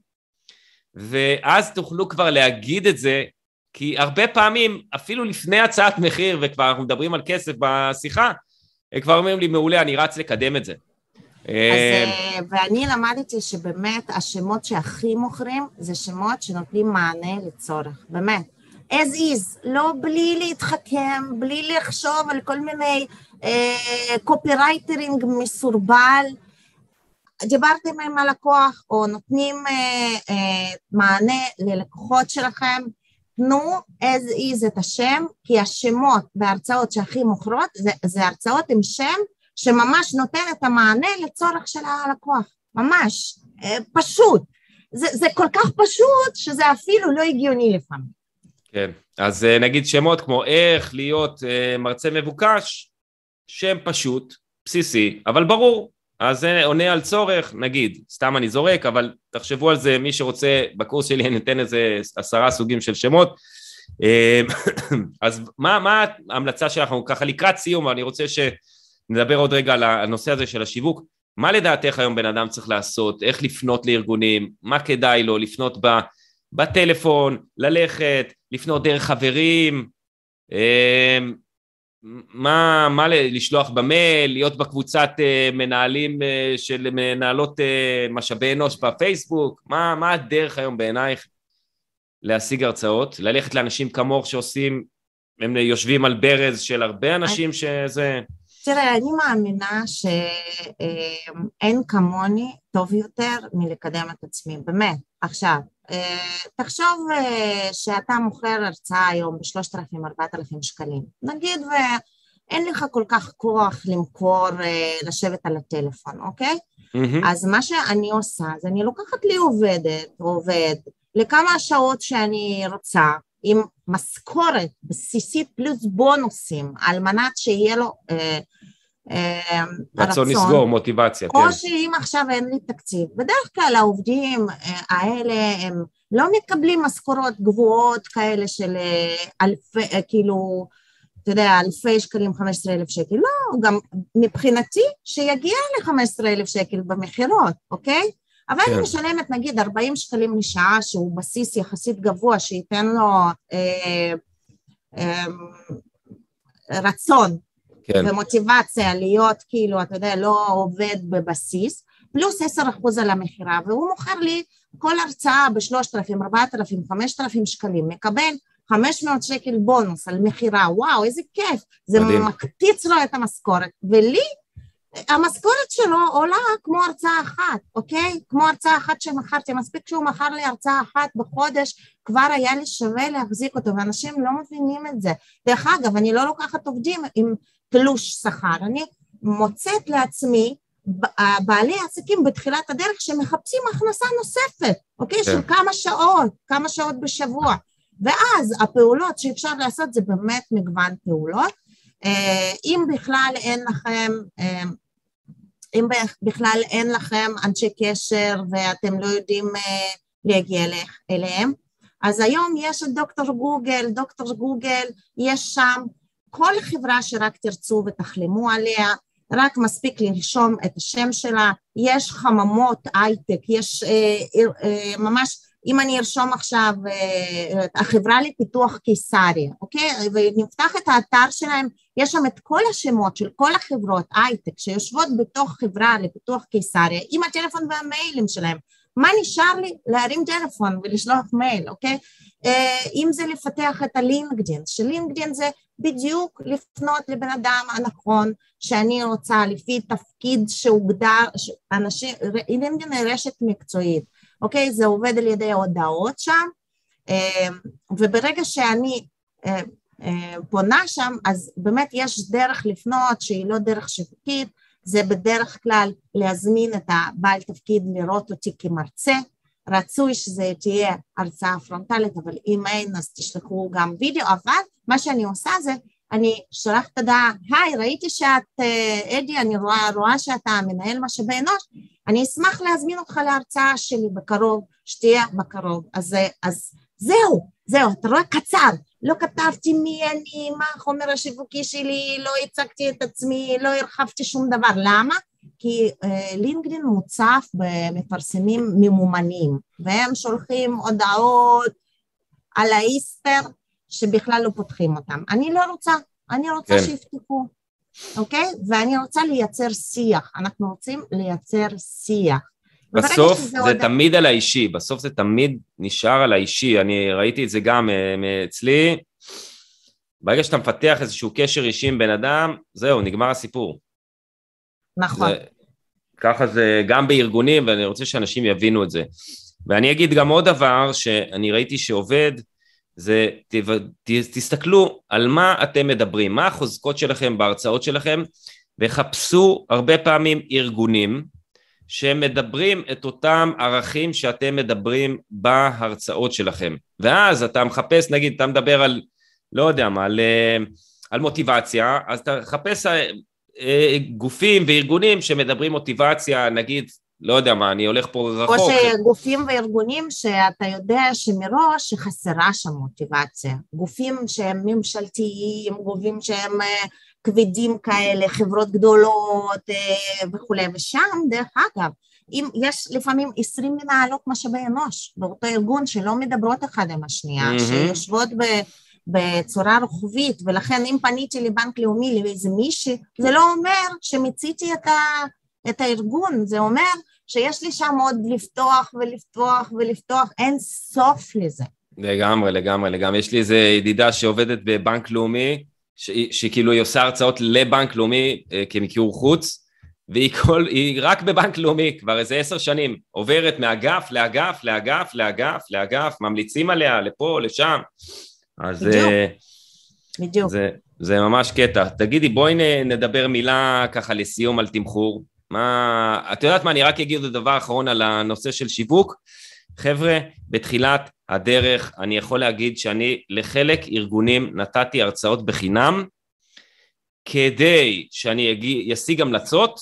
ואז תוכלו כבר להגיד את זה, כי הרבה פעמים, אפילו לפני הצעת מחיר, וכבר אנחנו מדברים על כסף בשיחה, הם כבר אומרים לי, מעולה, אני רץ לקדם את זה.
אז, ואני למדתי שבאמת השמות שהכי מוכרים, זה שמות שנותנים מענה לצורך, באמת. as is, לא בלי להתחכם, בלי לחשוב על כל מיני אה, קופירייטרינג מסורבל, דיברתם עם הלקוח, או נותנים אה, אה, מענה ללקוחות שלכם, תנו as is את השם, כי השמות וההרצאות שהכי מוכרות, זה, זה הרצאות עם שם, שממש נותן את המענה לצורך של הלקוח, ממש, אה, פשוט, זה, זה כל כך פשוט, שזה אפילו לא הגיוני לפעמים.
כן, אז נגיד שמות כמו איך להיות מרצה מבוקש, שם פשוט, בסיסי, אבל ברור, אז זה עונה על צורך, נגיד, סתם אני זורק, אבל תחשבו על זה, מי שרוצה, בקורס שלי אני נותן איזה עשרה סוגים של שמות, אז מה, מה ההמלצה שאנחנו ככה לקראת סיום, אני רוצה שנדבר עוד רגע על הנושא הזה של השיווק, מה לדעתך היום בן אדם צריך לעשות, איך לפנות לארגונים, מה כדאי לו לפנות ב... בטלפון, ללכת, לפנות דרך חברים, מה, מה לשלוח במייל, להיות בקבוצת מנהלים של מנהלות משאבי אנוש בפייסבוק, מה, מה הדרך היום בעינייך להשיג הרצאות, ללכת לאנשים כמוך שעושים, הם יושבים על ברז של הרבה אנשים שזה...
תראה, אני מאמינה שאין כמוני טוב יותר מלקדם את עצמי, באמת, עכשיו, תחשוב שאתה מוכר הרצאה היום ב-שלושת אלפים ארבעת אלפים שקלים, נגיד ואין לך כל כך כוח למכור, לשבת על הטלפון, אוקיי? Mm-hmm. אז מה שאני עושה, אז אני לוקחת לי עובדת, עובד, לכמה שעות שאני רוצה, עם משכורת בסיסית פלוס בונוסים, על מנת שיהיה לו אה, אה,
רצון לסגור, מוטיבציה.
או
כן.
שאם עכשיו אין לי תקציב, בדרך כלל העובדים האלה הם לא מקבלים משכורות גבוהות כאלה של אלפי, כאילו, אתה יודע, אלפי שקלים, חמישה עשר אלף שקל, לא, גם מבחינתי שיגיע ל-חמישה עשר אלף שקל במחירות, אוקיי? אבל כן. אני משלמת נגיד ארבעים שקלים לשעה, שהוא בסיס יחסית גבוה, שייתן לו אה, אה, רצון כן. ומוטיבציה להיות כאילו, אתה יודע, לא עובד בבסיס, פלוס עשרה אחוז על המחירה, והוא מוכר לי כל הרצאה ב-שלושת אלפים, ארבעת אלפים, חמשת אלפים שקלים, מקבל חמש מאות שקל בונוס על מחירה, וואו, איזה כיף, זה מדהים. מקטיץ לו את המשכורת, ולי, המשכורת שלו עולה כמו הרצאה אחת, אוקיי? כמו הרצאה אחת שמכרתי, מספיק שהוא מכר לי הרצאה אחת בחודש, כבר היה לי שווה להחזיק אותו, ואנשים לא מבינים את זה. דרך אגב, אני לא לוקחת עובדים עם תלוש שכר, אני מוצאת לעצמי, בעלי עסקים בתחילת הדרך שמחפשים הכנסה נוספת, אוקיי? של כמה שעות, כמה שעות בשבוע, ואז הפעולות שאפשר לעשות זה באמת מגוון פעולות, אם בכלל אין לכם, אם בכלל אין לכם אנשי קשר ואתם לא יודעים להגיע אליהם, אז היום יש את דוקטור גוגל, דוקטור גוגל, יש שם כל חברה שרק תרצו ותחלמו עליה, רק מספיק לרשום את השם שלה, יש חממות הייטק, יש אה, אה, ממש, אם אני ארשום עכשיו, אה, החברה לפיתוח קיסריה, אוקיי? ונפתח את האתר שלהם, יש שם את כל השמות של כל החברות הייטק שיושבות בתוך חברה לפיתוח קיסריה, עם הטלפון והמיילים שלהם, מה נשאר לי? להרים טלפון ולשלוח מייל, אוקיי? אם זה לפתח את הלינקדין, שלינקדין זה בדיוק לפנות לבן אדם הנכון, שאני רוצה לפי תפקיד שהוגדר, אנשים, לינקדין היא רשת מקצועית, אוקיי? זה עובד על ידי ההודעות שם, וברגע שאני פונה שם, אז באמת יש דרך לפנות שהיא לא דרך שיווקית, זה בדרך כלל להזמין את הבעל תפקיד לראות אותי כמרצה, רצוי שזה תהיה הרצאה פרונטלית, אבל אם אין אז תשלחו גם וידאו, אבל מה שאני עושה זה, אני שולחת תדעה, היי ראיתי שאת, אדי, אני רואה, רואה שאתה מנהל משאבי אנוש, אני אשמח להזמין אותך להרצאה שלי בקרוב, שתהיה בקרוב, אז, אז זהו, זהו, אתה רואה קצר, לא כתבתי מי אני, מה החומר השיווקי שלי, לא הצגתי את עצמי, לא הרחבתי שום דבר, למה? כי אה, לינקדין מוצף במפרסמים ממומנים, והם שולחים הודעות על האיסטר שבכלל לא פותחים אותם. אני לא רוצה, אני רוצה כן. שיפתחו, אוקיי? ואני רוצה לייצר שיח, אנחנו רוצים לייצר שיח.
בסוף זה עוד... תמיד על האישי, בסוף זה תמיד נשאר על האישי, אני ראיתי את זה גם אצלי, ברגע שאתה מפתח איזשהו קשר אישי עם בן אדם, זהו, נגמר הסיפור.
נכון. זה...
ככה זה גם בארגונים, ואני רוצה שאנשים יבינו את זה. ואני אגיד גם עוד דבר שאני ראיתי שעובד, זה תסתכלו על מה אתם מדברים, מה החוזקות שלכם בהרצאות שלכם, וחפשו הרבה פעמים ארגונים שמדברים את אותם ערכים שאתם מדברים בהרצאות שלכם. ואז אתה מחפש, נגיד, אתה מדבר על, לא יודע מה, על, על מוטיבציה, אז אתה מחפש גופים וארגונים שמדברים מוטיבציה, נגיד, לא יודע מה, אני הולך פה רחוק.
או שגופים וארגונים שאתה יודע שמראש חסרה שם מוטיבציה. גופים שהם ממשלתיים, גופים שהם כבדים כאלה, חברות גדולות וכו'. ושם, דרך אגב, אם יש לפעמים עשרים מנהלות משאבי אנוש, באותו ארגון שלא מדברות אחד עם השנייה, mm-hmm. שיושבות ב... בצורה רוחבית, ולכן אם פניתי לבנק לאומי לאיזה מישהי, זה לא אומר שמציתי את, ה, את הארגון, זה אומר שיש לי שם עוד לפתוח ולפתוח ולפתוח, אין סוף לזה.
לגמרי, לגמרי, לגמרי. יש לי איזו ידידה שעובדת בבנק לאומי, שכאילו היא עושה הרצאות לבנק לאומי כמיקור חוץ, והיא כל, היא רק בבנק לאומי, כבר איזה עשר שנים, עוברת מאגף לאגף, לאגף, לאגף, לאגף, ממליצים עליה, לפה, לשם, אז
בדיוק.
זה, זה ממש קטע. תגידי, בואי נדבר מילה ככה לסיום על תמחור. מה, את יודעת מה, אני רק אגיד את הדבר האחרון על הנושא של שיווק. חבר'ה, בתחילת הדרך אני יכול להגיד שאני לחלק ארגונים נתתי הרצאות בחינם, כדי שאני אשיג המלצות,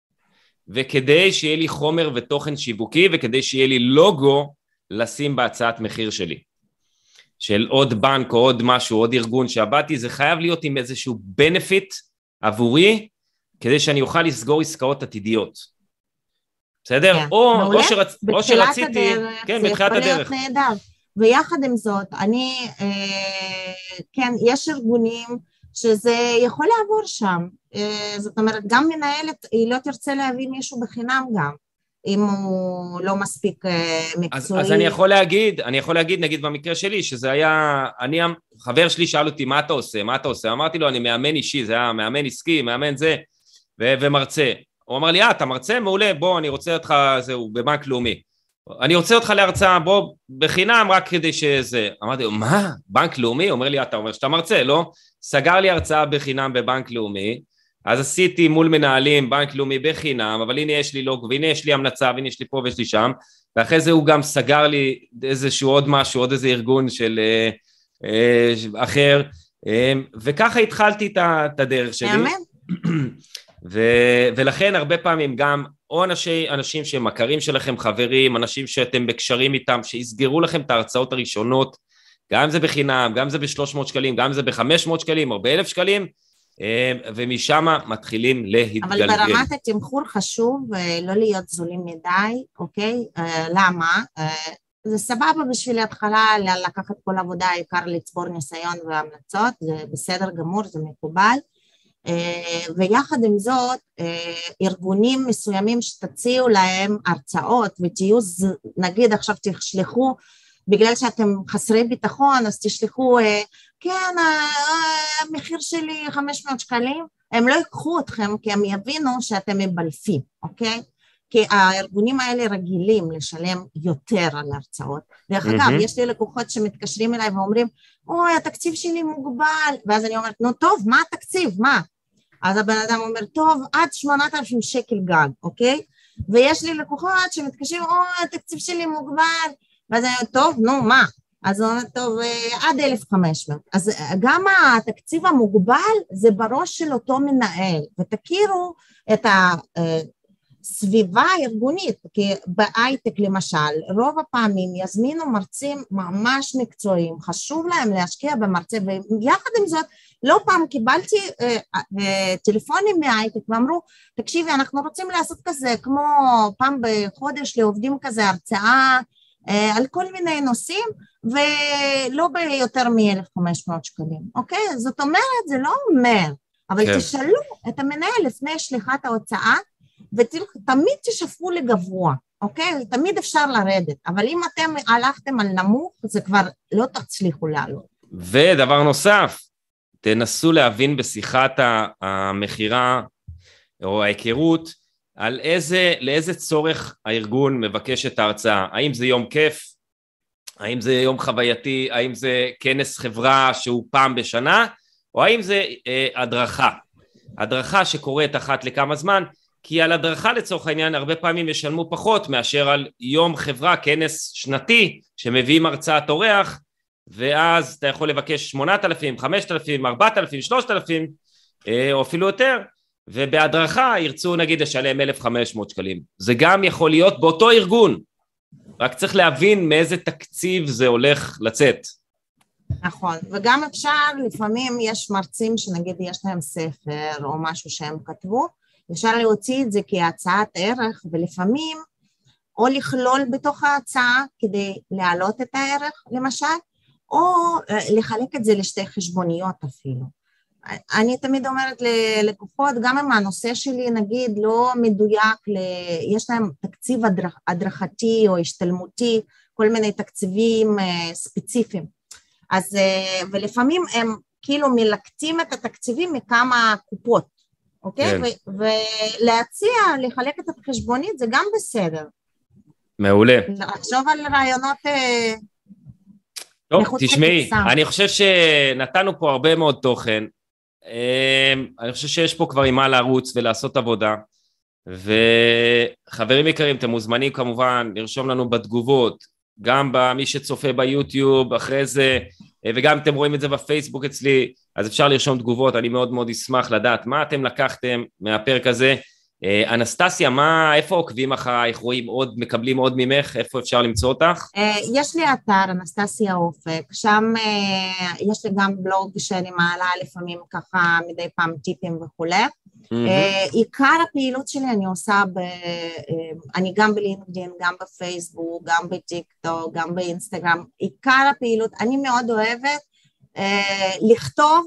וכדי שיהיה לי חומר ותוכן שיווקי, וכדי שיהיה לי לוגו לשים בהצעת מחיר שלי. של עוד בנק או עוד משהו, עוד ארגון שעבדתי, זה חייב להיות עם איזשהו benefit עבורי, כדי שאני אוכל לסגור עסקאות עתידיות. בסדר?
כן,
או,
מעולה.
או, שרצ... או שרציתי,
הדרך,
כן,
זה
בתחילת
יכול
הדרך.
להיות נהדר. ויחד עם זאת, אני, אה, כן, יש ארגונים שזה יכול לעבור שם. אה, זאת אומרת, גם מנהלת, היא לא תרצה להביא מישהו בחינם גם. אם הוא לא מספיק מקצועי.
אז, אז אני יכול להגיד, אני יכול להגיד, נגיד במקרה שלי, שזה היה, אני, חבר שלי שאל אותי, מה אתה עושה, מה אתה עושה? אמרתי לו, אני מאמן אישי, זה היה מאמן עסקי, מאמן זה, ו- ומרצה. הוא אמר לי, אה, אתה מרצה? מעולה, בוא, אני רוצה אותך, זהו, בבנק לאומי. אני רוצה אותך להרצאה, בוא, בחינם, רק כדי שזה. אמרתי לו, מה? בנק לאומי? הוא אומר לי, אתה אומר שאתה מרצה, לא? סגר לי הרצאה בחינם בבנק לאומי, אז עשיתי מול מנהלים בנק לאומי בחינם, אבל הנה יש לי לוגו, והנה יש לי המלצה, והנה יש לי פה ויש לי שם, ואחרי זה הוא גם סגר לי איזשהו עוד משהו, עוד איזה ארגון של אה, אה, אחר, אה, וככה התחלתי את, את הדרך שלי. ו, ולכן הרבה פעמים גם, או אנשי, אנשים שהם מכרים שלכם, חברים, אנשים שאתם בקשרים איתם, שיסגרו לכם את ההרצאות הראשונות, גם זה בחינם, גם זה ב-שלוש מאות שקלים, גם זה ב-חמש מאות שקלים, או ב-אלף שקלים, ומשם מתחילים להתגלגל.
אבל ברמת התמחור חשוב לא להיות זולים מדי, אוקיי? למה? זה סבבה בשביל ההתחלה לקחת כל עבודה, העיקר לצבור ניסיון והמלצות, זה בסדר גמור, זה מקובל, ויחד עם זאת, ארגונים מסוימים שתציעו להם הרצאות ותהיו, נגיד עכשיו תשלחו, בגלל שאתם חסרי ביטחון, אז תשלחו, כן, המחיר שלי חמש מאות שקלים, הם לא ייקחו אתכם, כי הם יבינו שאתם מבלפים, אוקיי? כי הארגונים האלה רגילים לשלם יותר על הרצאות. דרך אגב, יש לי לקוחות שמתקשרים אליי ואומרים, אוי, התקציב שלי מוגבל, ואז אני אומרת, נו טוב, מה התקציב, מה? אז הבן אדם אומר, טוב, עד שמונת אלפים שקל גג, אוקיי? ויש לי לקוחות שמתקשרים, אוי, התקציב שלי מוגבל, ואז אני אומרת, טוב, נו, מה? אז הוא אומר, טוב, עד אלף וחמש מאות. אז גם התקציב המוגבל זה בראש של אותו מנהל, ותכירו את הסביבה הארגונית, כי בהייטק למשל, רוב הפעמים יזמינו מרצים ממש מקצועיים, חשוב להם להשקיע במרצה, ויחד עם זאת, לא פעם קיבלתי טלפונים מההייטק, ואמרו, תקשיבי, אנחנו רוצים לעשות כזה, כמו פעם בחודש לעובדים כזה, הרצאה, על כל מיני נושאים, ולא ביותר מ-אלף וחמש מאות שקלים, אוקיי? זאת אומרת, זה לא אומר, אבל כן. תשאלו את המנהל לפני שליחת ההוצאה, ותמיד תשפרו לגבוה, אוקיי? תמיד אפשר לרדת, אבל אם אתם הלכתם על נמוך, זה כבר לא תצליחו לעלות.
ודבר נוסף, תנסו להבין בשיחת המחירה, או ההיכרות, על איזה, לאיזה צורך הארגון מבקש את ההרצאה, האם זה יום כיף, האם זה יום חווייתי, האם זה כנס חברה שהוא פעם בשנה, או האם זה אה, הדרכה, הדרכה שקורית אחת לכמה זמן, כי על הדרכה לצורך העניין הרבה פעמים ישלמו פחות מאשר על יום חברה, כנס שנתי שמביאים הרצאת אורח, ואז אתה יכול לבקש שמונת אלפים, חמשת אלפים, ארבעת אלפים, שלושת אלפים, או אפילו יותר, ובהדרכה ירצו נגיד לשלם אלף וחמש מאות שקלים. זה גם יכול להיות באותו ארגון, רק צריך להבין מאיזה תקציב זה הולך לצאת.
נכון, וגם אפשר, לפעמים יש מרצים שנגיד יש להם ספר או משהו שהם כתבו, אפשר להוציא את זה כהצעת ערך, ולפעמים או לכלול בתוך ההצעה כדי להעלות את הערך למשל, או לחלק את זה לשתי חשבוניות אפילו. אני תמיד אומרת ללקוחות, גם אם הנושא שלי נגיד לא מדויק, יש להם תקציב הדרכתי או השתלמותי, כל מיני תקציבים ספציפיים. אז, ולפעמים הם כאילו מלקטים את התקציבים מכמה קופות, אוקיי? כן. ו- ולהציע, לחלק את החשבונית, זה גם בסדר.
מעולה.
לחשוב על רעיונות...
טוב, תשמעי, אני חושב שנתנו פה הרבה מאוד תוכן, אני חושב שיש פה כבר עם מה לערוץ ולעשות עבודה, וחברים יקרים, אתם מוזמנים כמובן לרשום לנו בתגובות, גם במי שצופה ביוטיוב אחרי זה, וגם אתם רואים את זה בפייסבוק אצלי, אז אפשר לרשום תגובות, אני מאוד מאוד אשמח לדעת מה אתם לקחתם מהפרק הזה. אנסטסיה, מה, איפה עוקבים אחרייך, רואים עוד, מקבלים עוד ממך, איפה אפשר למצוא אותך?
יש לי אתר, אנסטסיה אופק, שם יש לי גם בלוג שאני מעלה לפעמים ככה מדי פעם טיפים וכולי. עיקר הפעילות שלי אני עושה, אני גם בלינקדין, גם בפייסבוק, גם בטיקטוק, גם באינסטגרם, עיקר הפעילות, אני מאוד אוהבת לכתוב,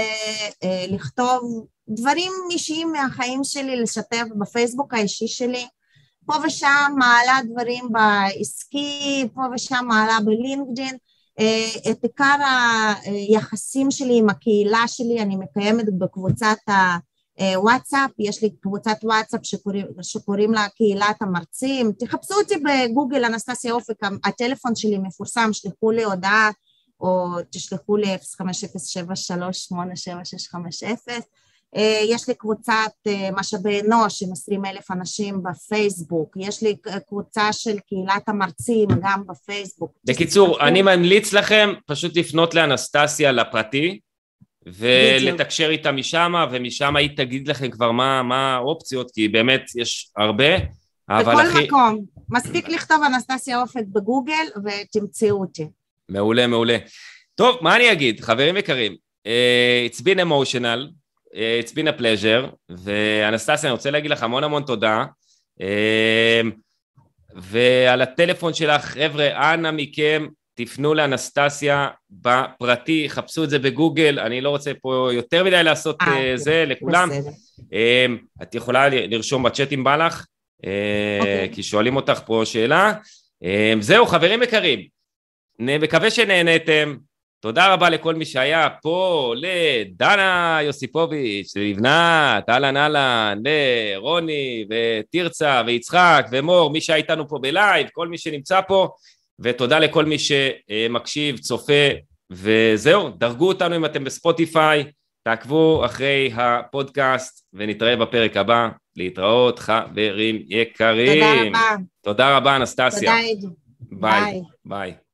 לכתוב, דברים אישיים מהחיים שלי, לשתף בפייסבוק האישי שלי, פה ושם מעלה דברים בעסקי, פה ושם מעלה בלינקדין, את עיקר היחסים שלי עם הקהילה שלי, אני מקיימת בקבוצת הוואטסאפ, יש לי קבוצת וואטסאפ שקוראים, שקוראים לה קהילת המרצים, תחפשו אותי בגוגל, אנסטסיה אופק, הטלפון שלי מפורסם, שלחו לי הודעה, או תשלחו לי אפס חמש אפס שבע שלוש שמונה שבע שש חמש אפס, יש לי קבוצת משאבי אנוש עם עשרים אלף אנשים בפייסבוק, יש לי קבוצה של קהילת המרצים גם בפייסבוק.
בקיצור, אני ממליץ לכם פשוט לפנות לאנסטסיה לפרטי, ולתקשר איתה משם, ומשם היא תגיד לכם כבר מה, מה האופציות, כי באמת יש הרבה.
בכל הכי... מקום, מספיק לכתוב אנסטסיה אופק בגוגל ותמצאו אותי.
מעולה, מעולה. טוב, מה אני אגיד, חברים יקרים, uh, it's been emotional, uh, it's been a pleasure, ואנסטסיה, אני רוצה להגיד לך המון המון תודה, uh, ועל הטלפון שלך, חבר'ה, אנא מכם, תפנו לאנסטסיה בפרטי, חפשו את זה בגוגל, אני לא רוצה פה יותר מדי לעשות uh, זה לכולם, uh, את יכולה לרשום בצ'אט אם בא לך, uh, okay. כי שואלים אותך פה שאלה, uh, זהו חברים יקרים, מקווה שנהנתם, תודה רבה לכל מי שהיה פה, לדנה יוסיפוביץ', לבנת, אהלן אהלן, לרוני ותרצה ויצחק ומור, מי שהיה איתנו פה בלייב, כל מי שנמצא פה, ותודה לכל מי שמקשיב, צופה, וזהו, דרגו אותנו אם אתם בספוטיפיי, תעקבו אחרי הפודקאסט, ונתראה בפרק הבא, להתראות חברים יקרים.
תודה רבה.
תודה רבה אנסטסיה.
תודה עידו.
ביי. ביי.